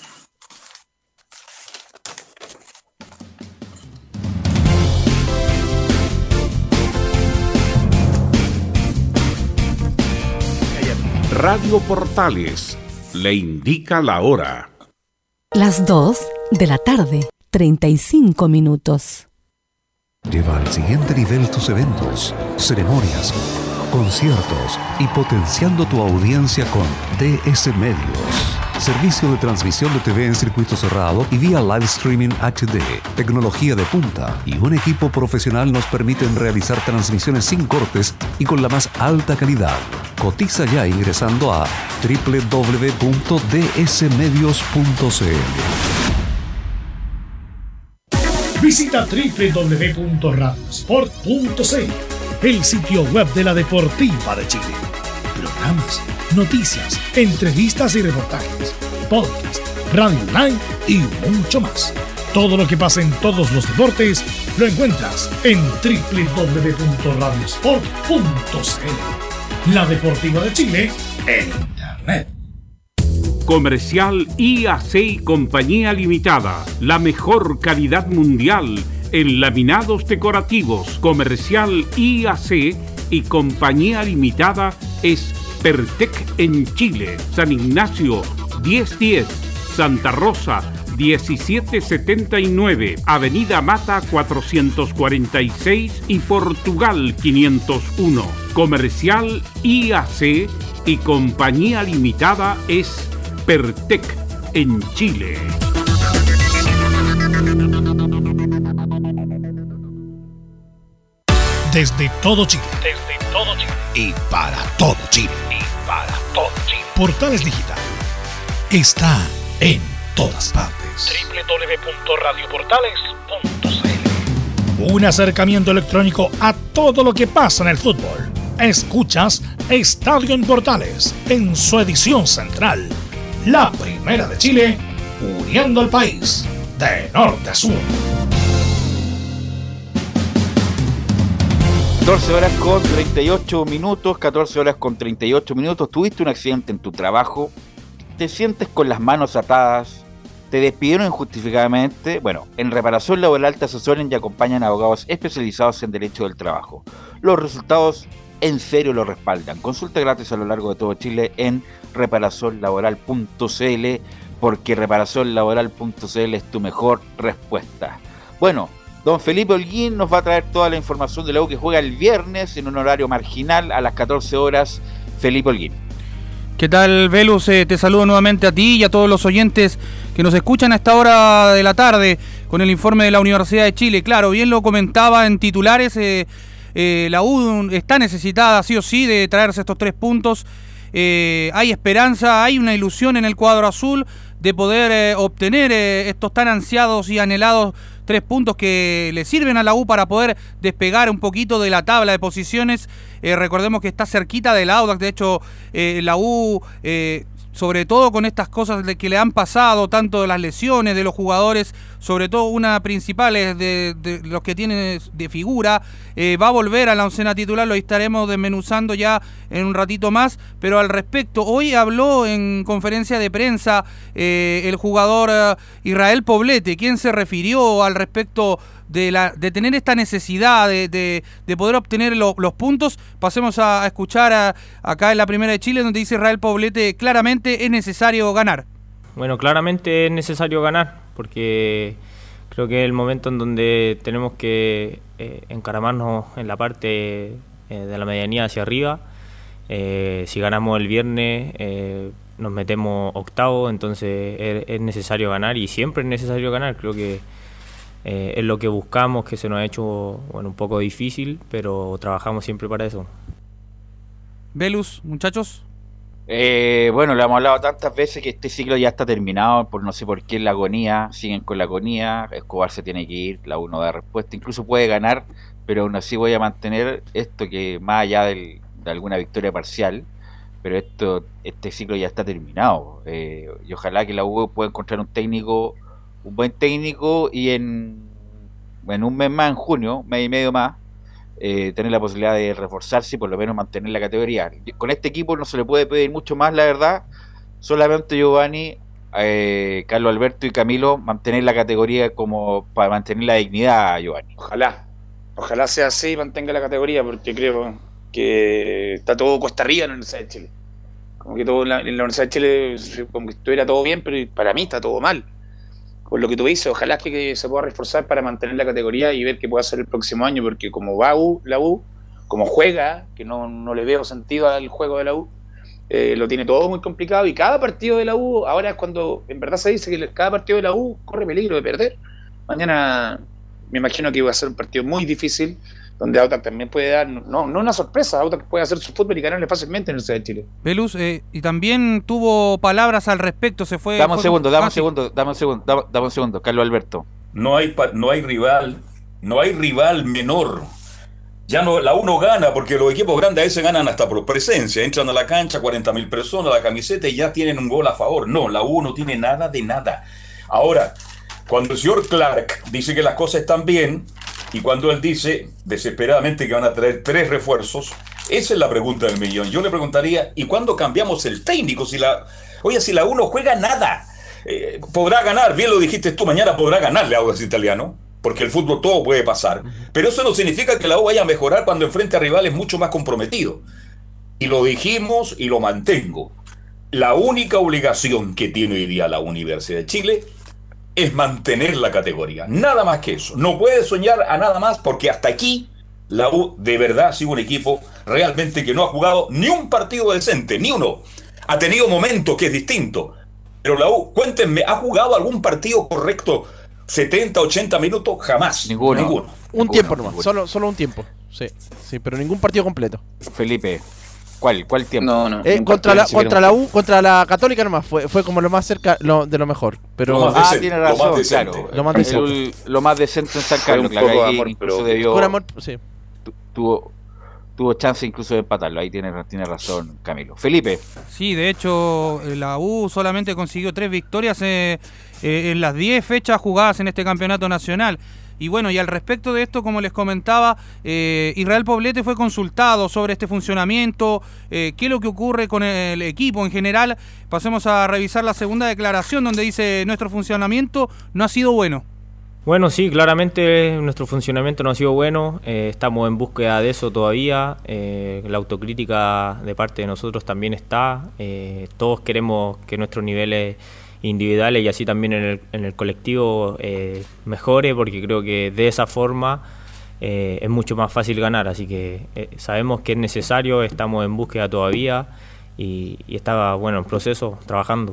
Radio Portales le indica la hora. Las 2 de la tarde. 35 minutos. Lleva al siguiente nivel tus eventos, ceremonias, conciertos y potenciando tu audiencia con DS Medios. Servicio de transmisión de TV en circuito cerrado y vía live streaming HD. Tecnología de punta y un equipo profesional nos permiten realizar transmisiones sin cortes y con la más alta calidad. Cotiza ya ingresando a www.dsmedios.cl. Visita www.radiosport.cl, el sitio web de la Deportiva de Chile. Programas, noticias, entrevistas y reportajes, podcast, radio online y mucho más. Todo lo que pasa en todos los deportes lo encuentras en www.radiosport.cl. La Deportiva de Chile en Internet. Comercial IAC y Compañía Limitada. La mejor calidad mundial en laminados decorativos. Comercial IAC y Compañía Limitada es Pertec en Chile. San Ignacio 1010. Santa Rosa 1779, Avenida Mata 446 y Portugal 501. Comercial IAC y Compañía Limitada es Pertec en Chile. Desde todo Chile. Y para todo Chile. Portales Digital está en todas partes. www.radioportales.cl. Un acercamiento electrónico a todo lo que pasa en el fútbol. Escuchas Estadio en Portales en su edición central. La primera de Chile, uniendo al país de norte a sur. 14 horas con 38 minutos, 14 horas con 38 minutos. Tuviste un accidente en tu trabajo, te sientes con las manos atadas, te despidieron injustificadamente. Bueno, en Reparación Laboral te asesoran y acompañan abogados especializados en derecho del trabajo. Los resultados en serio lo respaldan. Consulta gratis a lo largo de todo Chile en reparacionlaboral.cl, porque reparacionlaboral.cl es tu mejor respuesta. Bueno, don Felipe Holguín nos va a traer toda la información de la U, que juega el viernes en un horario marginal a las 14 horas. Felipe Holguín. ¿Qué tal, Velus? Te saludo nuevamente a ti y a todos los oyentes que nos escuchan a esta hora de la tarde con el informe de la Universidad de Chile. Claro, bien lo comentaba en titulares, la U está necesitada sí o sí de traerse estos 3 puntos. Hay esperanza, hay una ilusión en el cuadro azul de poder obtener estos tan ansiados y anhelados 3 puntos que le sirven a la U para poder despegar un poquito de la tabla de posiciones. Recordemos que está cerquita del Audax. De hecho, la U, sobre todo con estas cosas que le han pasado, tanto de las lesiones de los jugadores, sobre todo una principal es de los que tiene de figura, va a volver a la oncena titular, lo estaremos desmenuzando ya en un ratito más, pero al respecto, hoy habló en conferencia de prensa el jugador Israel Poblete, quien se refirió al respecto de tener esta necesidad de poder obtener los puntos. Pasemos a escuchar acá en la Primera de Chile, donde dice Israel Poblete: claramente es necesario ganar. Bueno, claramente es necesario ganar, porque creo que es el momento en donde tenemos que encaramarnos en la parte de la medianía hacia arriba. Si ganamos el viernes nos metemos octavo, entonces es necesario ganar, y siempre es necesario ganar. Creo que es lo que buscamos, que se nos ha hecho un poco difícil, pero trabajamos siempre para eso. Velus, muchachos. Bueno, le hemos hablado tantas veces que este ciclo ya está terminado, por no sé por qué la agonía, siguen con la agonía. Escobar se tiene que ir, la U no da respuesta, incluso puede ganar, pero aún así voy a mantener esto, que más allá de alguna victoria parcial, pero este ciclo ya está terminado, y ojalá que la U pueda encontrar un buen técnico, y en un mes más, en junio, mes y medio más, tener la posibilidad de reforzarse y por lo menos mantener la categoría. Con este equipo no se le puede pedir mucho más, la verdad. Solamente Giovanni, Carlos Alberto y Camilo mantener la categoría como para mantener la dignidad, Giovanni. Ojalá sea así y mantenga la categoría, porque creo que está todo cuesta arriba en la Universidad de Chile. Como que todo en la Universidad de Chile, como que estuviera todo bien, pero para mí está todo mal. por lo que tú dices, ojalá que se pueda reforzar para mantener la categoría y ver qué puede hacer el próximo año, porque como va la U, como juega, que no le veo sentido al juego de la U, lo tiene todo muy complicado, y cada partido de la U, ahora es cuando en verdad se dice que cada partido de la U corre peligro de perder. Mañana me imagino que va a ser un partido muy difícil, donde Audax también puede dar, no una sorpresa, Audax puede hacer su fútbol y ganarle fácilmente en el Universidad de Chile. Velus, y también tuvo palabras al respecto, se fue... Dame un segundo, Carlos Alberto. No hay rival menor. Ya no, la U no gana, porque los equipos grandes a veces ganan hasta por presencia, entran a la cancha 40.000 personas, la camiseta, y ya tienen un gol a favor. No, la U no tiene nada de nada. Ahora, cuando el señor Clark dice que las cosas están bien, y cuando él dice desesperadamente que van a traer 3 refuerzos, esa es la pregunta del millón. Yo le preguntaría, ¿y cuándo cambiamos el técnico? Si la U no juega nada, podrá ganar, bien lo dijiste tú, mañana podrá ganarle a Audax Italiano, porque el fútbol todo puede pasar, pero eso no significa que la U vaya a mejorar cuando enfrente a rivales mucho más comprometidos. Y lo dijimos y lo mantengo. La única obligación que tiene hoy día la Universidad de Chile es mantener la categoría, nada más que eso. No puede soñar a nada más, porque hasta aquí la U de verdad ha sido un equipo realmente que no ha jugado ni un partido decente, ni uno. Ha tenido momentos que es distinto, pero la U, cuéntenme, ¿ha jugado algún partido correcto 70, 80 minutos? Jamás. Ninguno. Un tiempo nomás, solo un tiempo. Sí, pero ningún partido completo. Felipe, ¿cuál tiempo? No. Contra la U, contra la Católica nomás, fue como lo más cerca de lo mejor. Pero tiene razón, claro. Lo más decente en San Carlos, claro, ahí incluso debió... Con amor, sí. Tuvo chance incluso de empatarlo, ahí tiene razón Camilo. Felipe. Sí, de hecho, la U solamente consiguió 3 victorias en las 10 fechas jugadas en este campeonato nacional. Y bueno, y al respecto de esto, como les comentaba, Israel Poblete fue consultado sobre este funcionamiento, qué es lo que ocurre con el equipo en general. Pasemos a revisar la segunda declaración, donde dice: nuestro funcionamiento no ha sido bueno. Bueno, sí, claramente nuestro funcionamiento no ha sido bueno, estamos en búsqueda de eso todavía, la autocrítica de parte de nosotros también está, todos queremos que nuestros niveles individuales y así también en el colectivo mejore, porque creo que de esa forma es mucho más fácil ganar, así que sabemos que es necesario, estamos en búsqueda todavía y está en proceso, trabajando.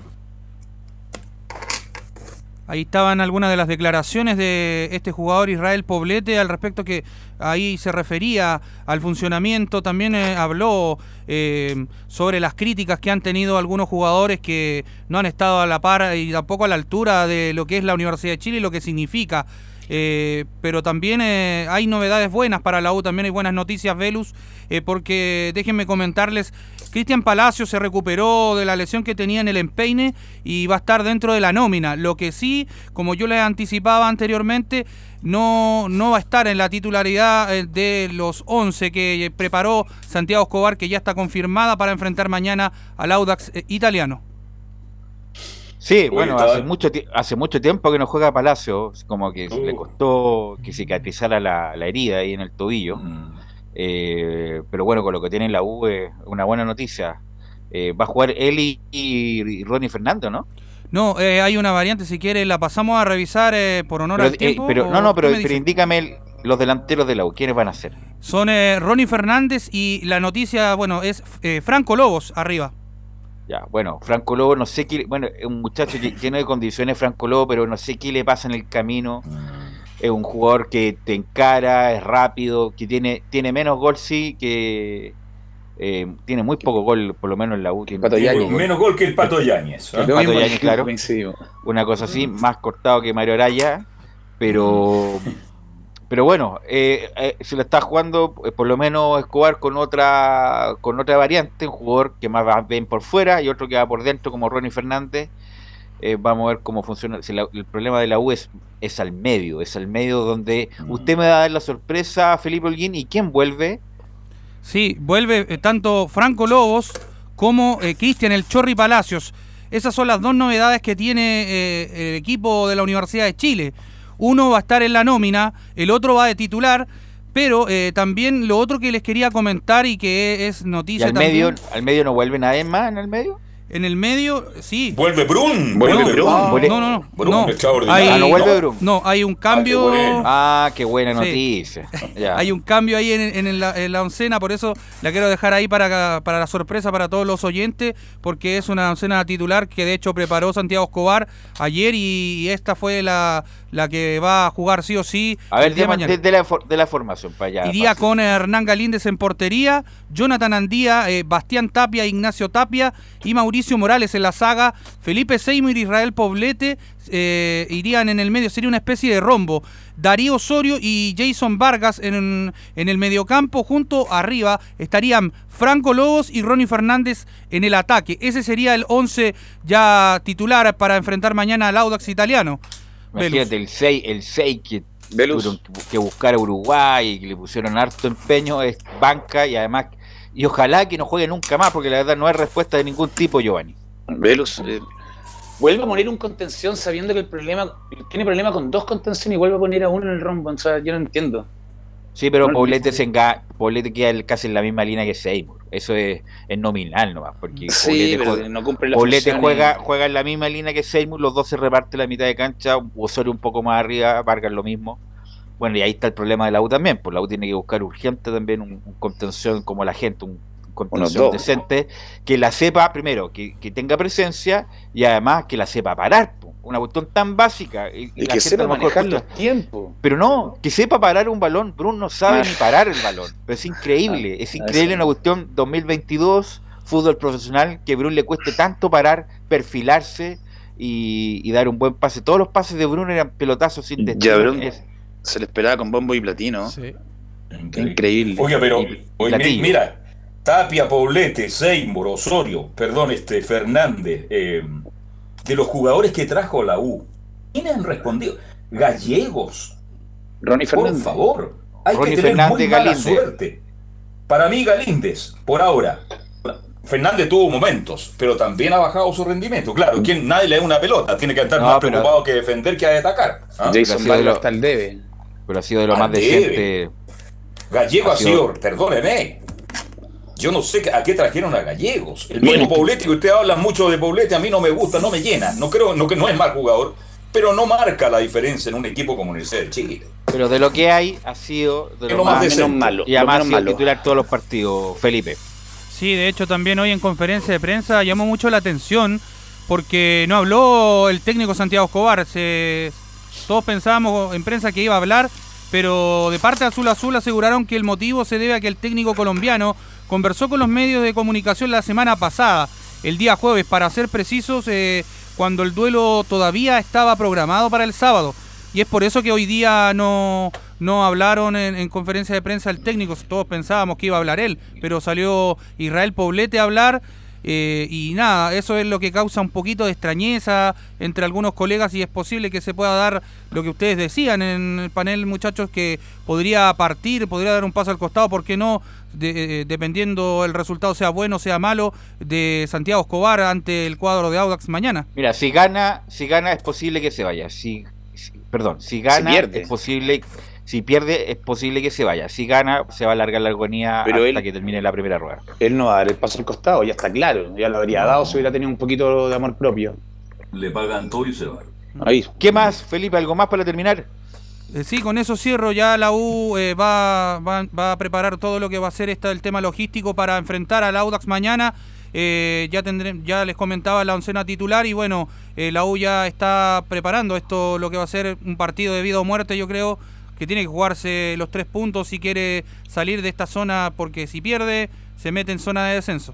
Ahí estaban algunas de las declaraciones de este jugador Israel Poblete al respecto, que ahí se refería al funcionamiento. También habló sobre las críticas que han tenido algunos jugadores que no han estado a la par y tampoco a la altura de lo que es la Universidad de Chile y lo que significa. Pero también hay novedades buenas para la U, también hay buenas noticias, Velus, porque déjenme comentarles, Cristian Palacios se recuperó de la lesión que tenía en el empeine y va a estar dentro de la nómina. Lo que sí, como yo les anticipaba anteriormente, no va a estar en la titularidad de los 11 que preparó Santiago Escobar, que ya está confirmada para enfrentar mañana al Audax Italiano. Sí, bueno, hace mucho tiempo que no juega Palacios, como que le costó que cicatrizara la herida ahí en el tobillo. Pero bueno, con lo que tiene la U es una buena noticia. Va a jugar él y Ronnie Fernández, ¿no? No, hay una variante, si quiere la pasamos a revisar por honor al tiempo. Pero indícame los delanteros de la U, ¿quiénes van a ser? Son Ronnie Fernández y la noticia, es Franco Lobos arriba. Ya, bueno, Franco Lobo, no sé qué, es un muchacho lleno de condiciones, Franco Lobo, pero no sé qué le pasa en el camino. Es un jugador que te encara, es rápido, que tiene menos gol, sí, que tiene muy poco gol, por lo menos en la U. Menos gol que el Pato Yáñez. El Pato Yáñez, claro. Una cosa así, más cortado que Mario Araya, pero bueno, se lo está jugando por lo menos Escobar con otra variante, un jugador que más va bien por fuera y otro que va por dentro como Ronnie Fernández. Vamos a ver cómo funciona. El problema de la U es al medio donde usted me va a dar la sorpresa, Felipe Holguín. ¿Y quién vuelve? Sí, vuelve tanto Franco Lobos como Cristian El Chorri Palacios. Esas son las dos novedades que tiene el equipo de la Universidad de Chile. Uno va a estar en la nómina, el otro va de titular, pero también lo otro que les quería comentar y que es noticia también. ¿Al medio no vuelve nadie más en el medio? En el medio, sí. Vuelve Brun. Vuelve Brun. No. No vuelve Brun. No, hay un cambio. Qué buena noticia. Ya. Hay un cambio ahí en la oncena, por eso la quiero dejar ahí para la sorpresa para todos los oyentes, porque es una oncena titular que de hecho preparó Santiago Escobar ayer y esta fue la que va a jugar sí o sí. A ver, de la formación para allá. Iría con Hernán Galíndez en portería, Jonathan Andía, Bastián Tapia, Ignacio Tapia y Mauricio Morales en la saga, Felipe Seymour y Israel Poblete irían en el medio, sería una especie de rombo. Darío Osorio y Jason Vargas en el mediocampo, junto arriba estarían Franco Lobos y Ronnie Fernández en el ataque. Ese sería el 11 ya titular para enfrentar mañana al Audax italiano. Imagínate el 6 que tuvieron que buscar a Uruguay y que le pusieron harto empeño, es banca y además, y ojalá que no juegue nunca más, porque la verdad no hay respuesta de ningún tipo, Giovanni. Velus vuelve a poner un contención sabiendo que tiene problema con 2 contenciones y vuelve a poner a uno en el rombo, o sea, yo no entiendo. Sí, pero Poblete queda casi en la misma línea que Seymour. Eso es nominal nomás, porque sí, no cumple la Poblete función juega en la misma línea que Seymour, los dos se reparten la mitad de cancha, Osorio un poco más arriba, Vargas lo mismo. Bueno, y ahí está el problema de la U también, pues la U tiene que buscar urgente también un contención como la gente, un contención decente, que la sepa primero, que tenga presencia y además que la sepa parar, una cuestión tan básica y la que sepa manejar los tiempos, pero no, que sepa parar un balón. Bruno no sabe ni parar el balón, pero es increíble, una cuestión 2022 fútbol profesional, que a Bruno le cueste tanto parar, perfilarse y dar un buen pase. Todos los pases de Bruno eran pelotazos sin destino. Ya Bruno se le esperaba con bombo y platino. Sí. Increíble. Oiga, pero mira, Tapia, Poblete, Seymour, Osorio, Fernández, de los jugadores que trajo la U, ¿quiénes han respondido? Gallegos. Ronnie Fernández. Por favor, hay que tener muy mala suerte. Para mí, Galíndez, por ahora. Fernández tuvo momentos, pero también ha bajado su rendimiento. Claro, nadie le da una pelota, tiene que estar más preocupado que defender que a atacar. Jason Vargas hasta el debe. Pero ha sido de lo más decente. Gallego ha sido, perdóneme, yo no sé a qué trajeron a Gallegos. El mismo Poblete, que usted habla mucho de Poblete, a mí no me gusta, no me llena. No es mal jugador, pero no marca la diferencia en un equipo como el de Chile. Pero de lo que hay, ha sido de lo más malo. Y además ha sido titular todos los partidos, Felipe. Sí, de hecho también hoy en conferencia de prensa llamó mucho la atención porque no habló el técnico Santiago Escobar. Todos pensábamos en prensa que iba a hablar, pero de parte Azul aseguraron que el motivo se debe a que el técnico colombiano conversó con los medios de comunicación la semana pasada, el día jueves, para ser precisos, cuando el duelo todavía estaba programado para el sábado. Y es por eso que hoy día no hablaron en conferencia de prensa el técnico. Todos pensábamos que iba a hablar él, pero salió Israel Poblete a hablar. Y nada, eso es lo que causa un poquito de extrañeza entre algunos colegas, y es posible que se pueda dar lo que ustedes decían en el panel, muchachos, que podría dar un paso al costado, ¿por qué no? Dependiendo el resultado, sea bueno o sea malo, de Santiago Escobar ante el cuadro de Audax mañana. Mira, si gana es posible que se vaya. Si gana es posible. Si pierde, es posible que se vaya. Si gana, se va a alargar la agonía hasta que termine la primera rueda. Él no va a dar el paso al costado, ya está claro. Ya lo habría dado si hubiera tenido un poquito de amor propio. Le pagan todo y se va. Ahí. ¿Qué más, Felipe? ¿Algo más para terminar? Sí, con eso cierro. Ya la U va a preparar todo lo que va a ser el tema logístico para enfrentar al Audax mañana. Ya les comentaba la oncena titular y bueno, la U ya está preparando lo que va a ser un partido de vida o muerte, yo creo, que tiene que jugarse los 3 puntos si quiere salir de esta zona, porque si pierde, se mete en zona de descenso.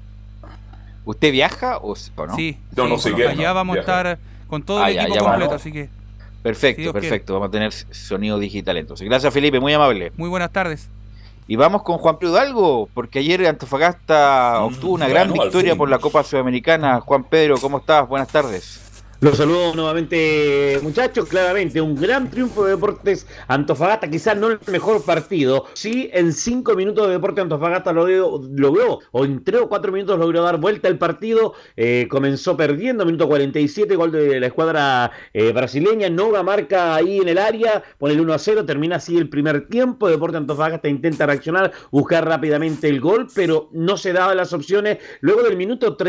¿Usted viaja o no? Sí, no sé qué. Allá vamos a estar con todo el equipo completo, así que... Perfecto. Vamos a tener sonido digital entonces. Gracias, Felipe, muy amable. Muy buenas tardes. Y vamos con Juan Pedro Hidalgo, porque ayer Antofagasta obtuvo una gran victoria por la Copa Sudamericana. Juan Pedro, ¿cómo estás? Buenas tardes. Los saludo nuevamente, muchachos. Claramente un gran triunfo de Deportes Antofagasta, quizás no el mejor partido. Sí, en 5 minutos de Deportes Antofagasta logró, o en 3 o 4 minutos logró dar vuelta el partido. Comenzó perdiendo, minuto 47, gol de la escuadra brasileña. Nova marca ahí en el área, pone el 1-0, termina así el primer tiempo. Deportes Antofagasta intenta reaccionar, buscar rápidamente el gol, pero no se daban las opciones. Luego del minuto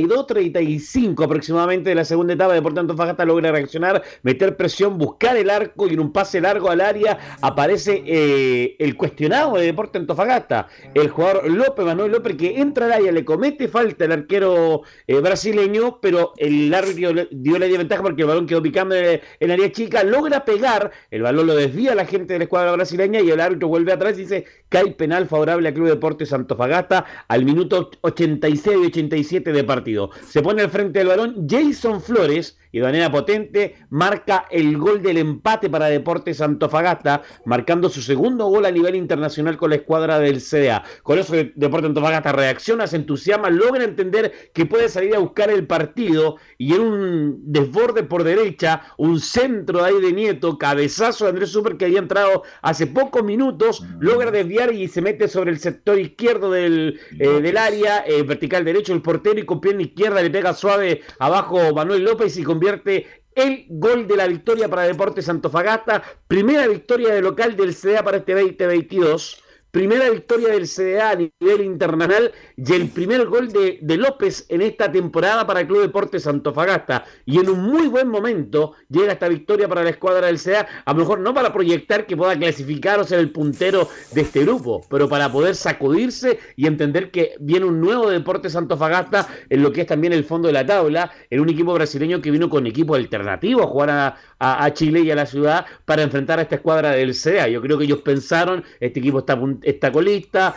32-35 aproximadamente de la segunda etapa, Deportes Antofagasta logra reaccionar, meter presión, buscar el arco, y en un pase largo al área aparece el cuestionado de Deportes Antofagasta, el jugador Manuel López, que entra al área, le comete falta el arquero brasileño, pero el árbitro dio la ventaja porque el balón quedó picando en área chica, logra pegar, el balón lo desvía la gente de la escuadra brasileña y el árbitro vuelve atrás y dice que hay penal favorable al Club Deportes Antofagasta al minuto 86 y 87 de partido. Se pone al frente del balón Jason Flores y de manera potente marca el gol del empate para Deportes Antofagasta, marcando su segundo gol a nivel internacional con la escuadra del CDA. Con eso Deportes Antofagasta reacciona, se entusiasma, logra entender que puede salir a buscar el partido, y en un desborde por derecha, un centro ahí de Nieto, cabezazo de Andrés Super, que había entrado hace pocos minutos, logra desviar y se mete sobre el sector izquierdo del área, vertical derecho el portero, y con pierna izquierda le pega suave abajo Manuel López y convierte el gol de la victoria para Deportes Antofagasta. Primera victoria de local del CDA para este 2022. Primera victoria del CDA a nivel internacional y el primer gol de López en esta temporada para el Club Deportes Antofagasta. Y en un muy buen momento llega esta victoria para la escuadra del CDA, a lo mejor no para proyectar que pueda clasificar o ser el puntero de este grupo, pero para poder sacudirse y entender que viene un nuevo Deportes Antofagasta en lo que es también el fondo de la tabla, en un equipo brasileño que vino con equipo alternativo a jugar a Chile y a la ciudad para enfrentar a esta escuadra del CDA. Yo creo que ellos pensaron, este equipo está colista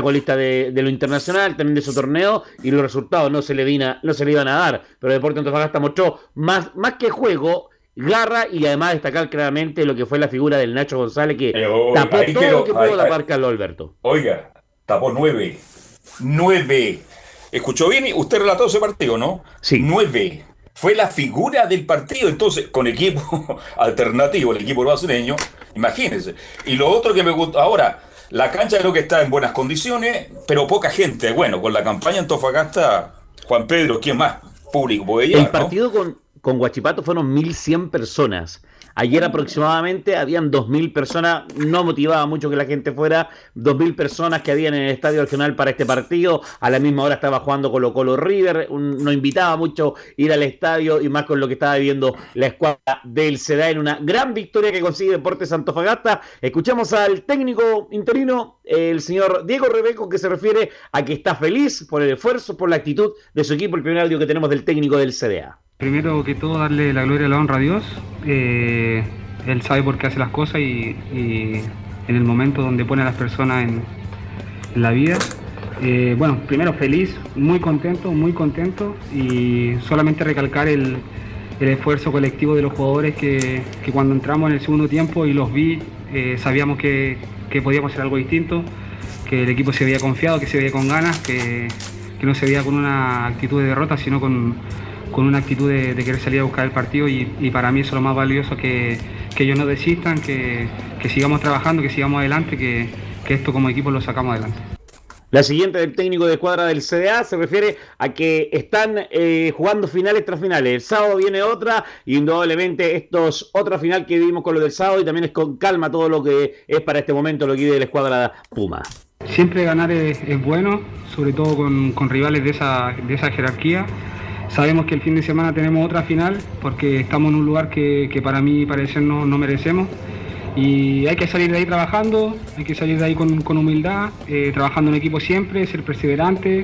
de lo internacional, también de su torneo, y los resultados no se le iban a dar, pero Deportes Antofagasta mostró más que juego, garra, y además destacar claramente lo que fue la figura del Nacho González, que tapó todo lo que pudo tapar Carlos Alberto. Oiga, tapó 9. ¿Escuchó bien? Usted relató ese partido, ¿no? Sí. 9. Fue la figura del partido, entonces, con equipo alternativo, el equipo brasileño, imagínense. Y lo otro que me gusta ahora, la cancha creo que está en buenas condiciones, pero poca gente. Bueno, con la campaña Antofagasta, Juan Pedro, ¿quién más público puede llegar? El partido con Huachipato fueron 1.100 personas. Ayer aproximadamente habían 2.000 personas, no motivaba mucho que la gente fuera, 2.000 personas que habían en el Estadio Regional para este partido. A la misma hora estaba jugando Colo-Colo River, no invitaba mucho ir al estadio, y más con lo que estaba viviendo la escuadra del CDA en una gran victoria que consigue Deportes Antofagasta. Escuchamos al técnico interino, el señor Diego Rebeco, que se refiere a que está feliz por el esfuerzo, por la actitud de su equipo. El primer audio que tenemos del técnico del CDA. Primero que todo, darle la gloria y la honra a Dios. Él sabe por qué hace las cosas y en el momento donde pone a las personas en la vida. Bueno, primero feliz, muy contento, y solamente recalcar el esfuerzo colectivo de los jugadores que cuando entramos en el segundo tiempo y los vi, sabíamos que podíamos hacer algo distinto, que el equipo se veía confiado, que se veía con ganas, que no se veía con una actitud de derrota, sino con una actitud de querer salir a buscar el partido, y para mí eso es lo más valioso, que ellos no desistan, que sigamos trabajando, que sigamos adelante, que esto como equipo lo sacamos adelante. La siguiente del técnico de escuadra del CDA se refiere a que están jugando finales tras finales. El sábado viene otra, y indudablemente esto es otra final que vivimos con lo del sábado, y también es con calma todo lo que es para este momento lo que vive la escuadra Puma. Siempre ganar es bueno, sobre todo con rivales de esa jerarquía. Sabemos que el fin de semana tenemos otra final, porque estamos en un lugar que para mí parecer no merecemos, y hay que salir de ahí trabajando, hay que salir de ahí con humildad, trabajando en equipo siempre, ser perseverante,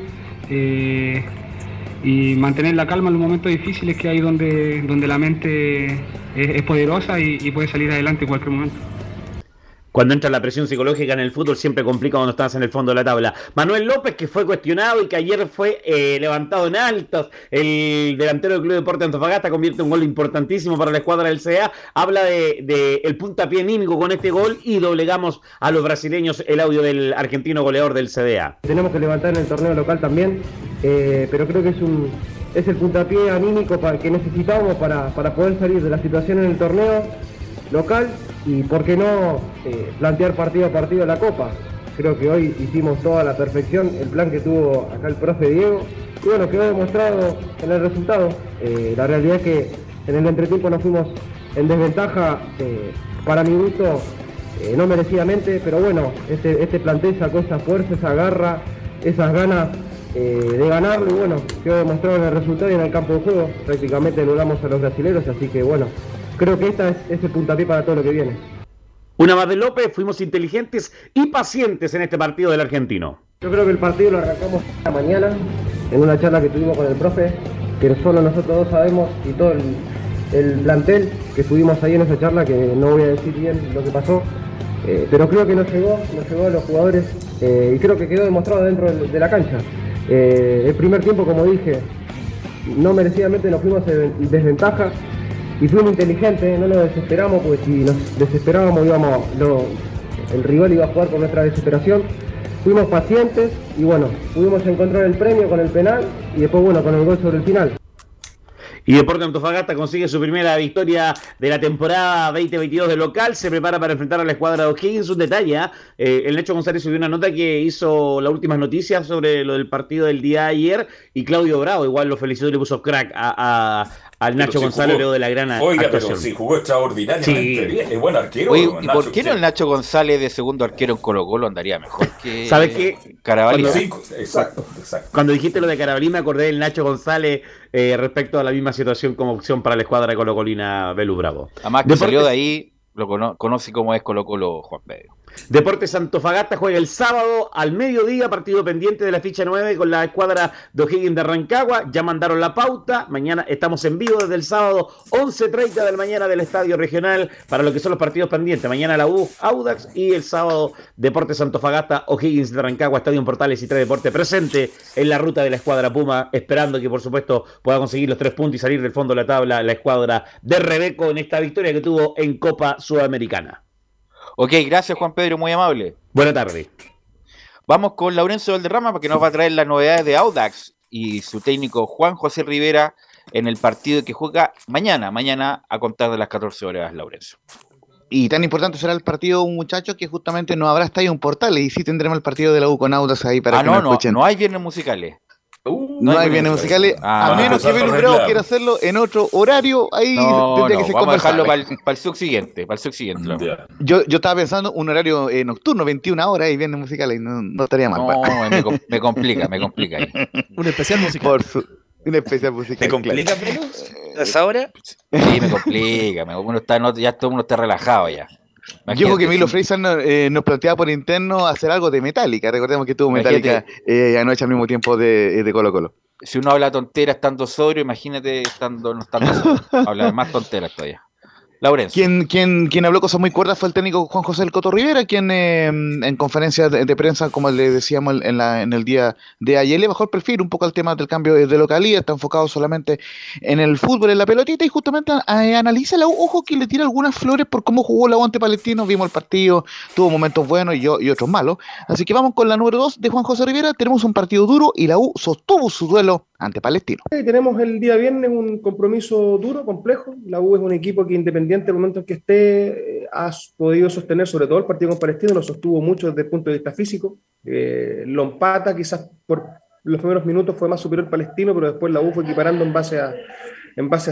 y mantener la calma en los momentos difíciles, que hay donde la mente es poderosa y puede salir adelante en cualquier momento. Cuando entra la presión psicológica en el fútbol, siempre complica cuando estás en el fondo de la tabla. Manuel López, que fue cuestionado y que ayer fue levantado en altos, el delantero del Club Deportes Antofagasta, convierte un gol importantísimo para la escuadra del CDA. Habla de el puntapié anímico con este gol, y doblegamos a los brasileños el audio del argentino goleador del CDA. Tenemos que levantar en el torneo local también, pero creo que es es el puntapié anímico que necesitábamos para poder salir de la situación en el torneo local y, por qué no, plantear partido a partido la Copa. Creo que hoy hicimos toda la perfección, el plan que tuvo acá el profe Diego, y bueno, quedó demostrado en el resultado. La realidad es que en el entretiempo nos fuimos en desventaja, para mi gusto, no merecidamente, pero bueno, este plantel sacó esa fuerza, esa garra, esas ganas de ganarlo, y bueno, quedó demostrado en el resultado y en el campo de juego. Prácticamente logramos a los brasileños, así que bueno, creo que esta es el puntapié para todo lo que viene. Una más de López, fuimos inteligentes y pacientes en este partido del argentino. Yo creo que el partido lo arrancamos esta mañana, en una charla que tuvimos con el profe, que solo nosotros dos sabemos, y todo el plantel que estuvimos ahí en esa charla, que no voy a decir bien lo que pasó, pero creo que nos llegó a los jugadores, y creo que quedó demostrado dentro de la cancha. El primer tiempo, como dije, no merecidamente nos fuimos en desventaja, y fuimos inteligentes, no nos desesperamos, porque si nos desesperábamos el rival iba a jugar con nuestra desesperación. Fuimos pacientes y bueno, pudimos encontrar el premio con el penal y después bueno, con el gol sobre el final. Y Deportes Antofagasta consigue su primera victoria de la temporada 2022 de local, se prepara para enfrentar a la escuadra de O'Higgins. Un detalle, el Nacho González subió una nota que hizo las últimas noticias sobre lo del partido del día de ayer, y Claudio Bravo igual lo felicitó y le puso crack al Nacho González luego de la gran actuación. Pero si jugó extraordinariamente bien, es buen arquero. Oye, ¿y por qué no el Nacho González de segundo arquero en Colo-Colo andaría mejor que ¿sabes qué? Carabalí? Exacto. Cuando dijiste lo de Carabalí me acordé del Nacho González respecto a la misma situación como opción para la escuadra colocolina Belu Bravo. Además que salió de ahí, lo conoce como es Colo-Colo Juan Pedro. Deportes Antofagasta juega el sábado al mediodía, partido pendiente de la ficha 9 con la escuadra de O'Higgins de Rancagua. Ya mandaron la pauta, mañana estamos en vivo desde el sábado 11:30 de la mañana del Estadio Regional para lo que son los partidos pendientes. Mañana la U, Audax, y el sábado Deportes Antofagasta, O'Higgins de Rancagua, Estadio Portales y 3 Deportes presente en la ruta de la escuadra Puma, esperando que por supuesto pueda conseguir los 3 puntos y salir del fondo de la tabla la escuadra de Rebeco en esta victoria que tuvo en Copa Sudamericana. Ok, gracias Juan Pedro, muy amable. Buena tarde. Vamos con Laurencio Valderrama porque nos va a traer las novedades de Audax y su técnico Juan José Rivera en el partido que juega mañana a contar de las 14 horas, Laurencio. Y tan importante será el partido, muchachos, que justamente no habrá estadio en Portales y sí tendremos el partido de la U con Audax ahí para que nos escuchen. No hay viernes musicales. No hay bienes musicales, a menos que Belu Bravo quiera hacerlo en otro horario, ahí tendría que ser vamos a dejarlo para el subsiguiente. Yo estaba pensando un horario nocturno, 21 horas y viernes musicales, no estaría mal. No, me complica ahí. Un especial musical. Un especial musical. ¿Te complica, Belu? ¿A esa hora? Sí, me complica. Ya todo el mundo está relajado ya. Yo creo que Milo Freisand nos planteaba por interno hacer algo de Metallica. Recordemos que tuvo Metallica anoche al mismo tiempo de Colo-Colo. Si uno habla tonteras estando sobrio, imagínate no estando sobrio. Habla más tonteras todavía. Laurencio. Quien habló cosas muy cuerdas fue el técnico Juan José El Coto Rivera, quien en conferencia de prensa, como le decíamos en el día de ayer, le bajó el perfil un poco al tema del cambio de localidad, está enfocado solamente en el fútbol, en la pelotita, y justamente analiza ojo que le tira algunas flores por cómo jugó la U ante Palestino. Vimos el partido, tuvo momentos buenos y otros malos, así que vamos con la número 2 de Juan José Rivera. Tenemos un partido duro y la U sostuvo su duelo ante Palestino. Tenemos el día viernes un compromiso duro, complejo. La U es un equipo que, independiente del momento en que esté, ha podido sostener, sobre todo el partido con Palestino, lo sostuvo mucho desde el punto de vista físico. Lo empata, quizás por los primeros minutos fue más superior Palestino, pero después la U fue equiparando en base a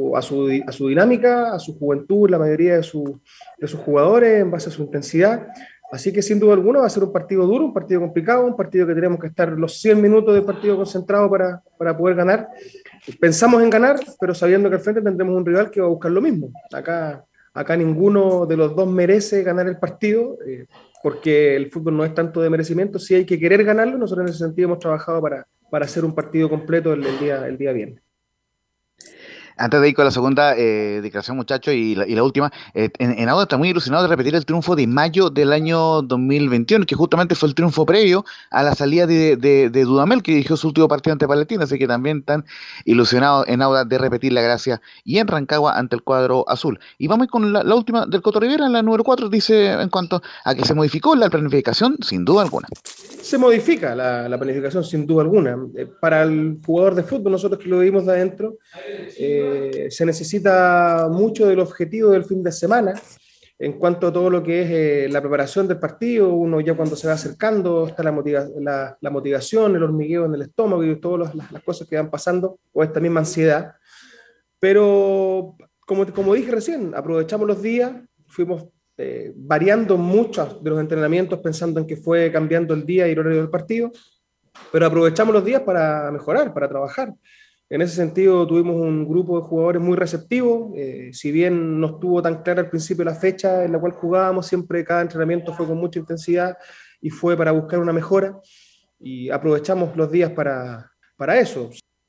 su dinámica, a su juventud, la mayoría de sus jugadores, en base a su intensidad. Así que sin duda alguna va a ser un partido duro, un partido complicado, un partido que tenemos que estar los 100 minutos del partido concentrado para poder ganar. Pensamos en ganar, pero sabiendo que al frente tendremos un rival que va a buscar lo mismo. Acá ninguno de los dos merece ganar el partido, porque el fútbol no es tanto de merecimiento, sí hay que querer ganarlo. Nosotros en ese sentido hemos trabajado para hacer un partido completo el día viernes. Antes de ir con la segunda declaración, muchachos, y la última, en Auda está muy ilusionado de repetir el triunfo de mayo del año 2021, que justamente fue el triunfo previo a la salida de Dudamel, que dirigió su último partido ante Palestina, así que también están ilusionados en Auda de repetir la gracia y en Rancagua ante el cuadro azul. Y vamos con la última del Coto Rivera, la número 4, dice en cuanto a que se modificó la planificación, sin duda alguna. Se modifica la planificación sin duda alguna. Para el jugador de fútbol, nosotros que lo vivimos de adentro, se necesita mucho del objetivo del fin de semana en cuanto a todo lo que es la preparación del partido. Uno ya cuando se va acercando está la motivación, el hormigueo en el estómago y todas las cosas que van pasando, o esta misma ansiedad. Pero como dije recién, aprovechamos los días, fuimos variando muchos de los entrenamientos pensando en que fue cambiando el día y el horario del partido, pero aprovechamos los días para mejorar, para trabajar. En ese sentido tuvimos un grupo de jugadores muy receptivo, si bien no estuvo tan clara al principio la fecha en la cual jugábamos, siempre cada entrenamiento fue con mucha intensidad y fue para buscar una mejora, y aprovechamos los días para eso.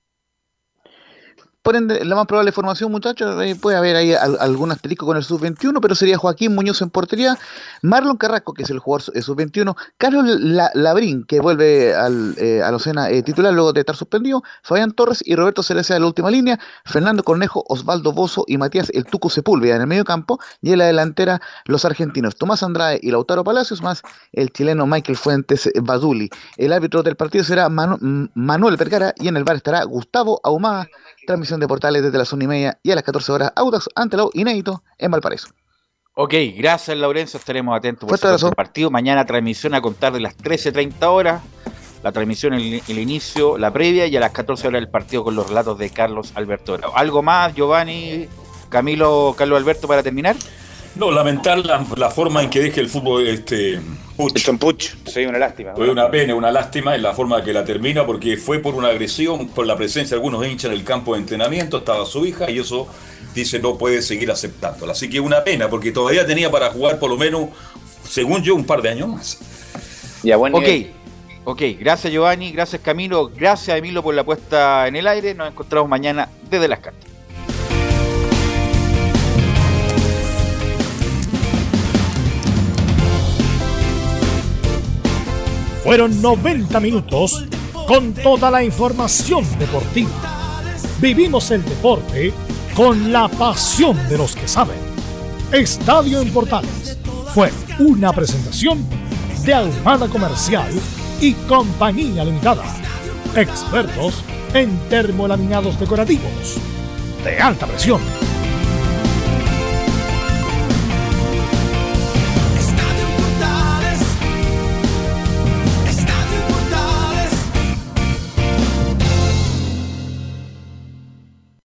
Por ende, la más probable formación, muchachos, puede haber ahí algún asterisco con el sub-21, pero sería Joaquín Muñoz en portería, Marlon Carrasco, que es el jugador sub-21, Carlos Labrín, que vuelve a la escena titular luego de estar suspendido, Fabián Torres y Roberto Cereceda en la última línea, Fernando Cornejo, Osvaldo Bozo y Matías El Tuco Sepúlveda en el medio campo, y en la delantera los argentinos Tomás Andrade y Lautaro Palacios, más el chileno Michael Fuentes Baduli. El árbitro del partido será Manuel Vergara, y en el bar estará Gustavo Ahumada. Transmisión de Portales desde las 1:30 y a las 14 horas, Audax ante lo inédito en Valparaíso. Ok, gracias Laurencio, estaremos atentos por el partido. Mañana transmisión a contar de las 13:30 horas, la transmisión, el inicio, la previa, y a las 14 horas el partido con los relatos de Carlos Alberto Bravo. ¿Algo más, Giovanni, Camilo, Carlos Alberto, para terminar? No, lamentar la forma en que deje el fútbol Puch. Sí, una lástima. Fue una pena, una lástima en la forma que la termina, porque fue por una agresión, por la presencia de algunos hinchas en el campo de entrenamiento, estaba su hija, y eso dice no puede seguir aceptándola. Así que una pena, porque todavía tenía para jugar por lo menos, según yo, un par de años más. Ya, bueno. Ok, gracias Giovanni, gracias Camilo, gracias Emilio por la puesta en el aire. Nos encontramos mañana desde las cartas. Fueron 90 minutos con toda la información deportiva. Vivimos el deporte con la pasión de los que saben. Estadio en Portales fue una presentación de Ahumada Comercial y Compañía Limitada. Expertos en termolaminados decorativos de alta presión.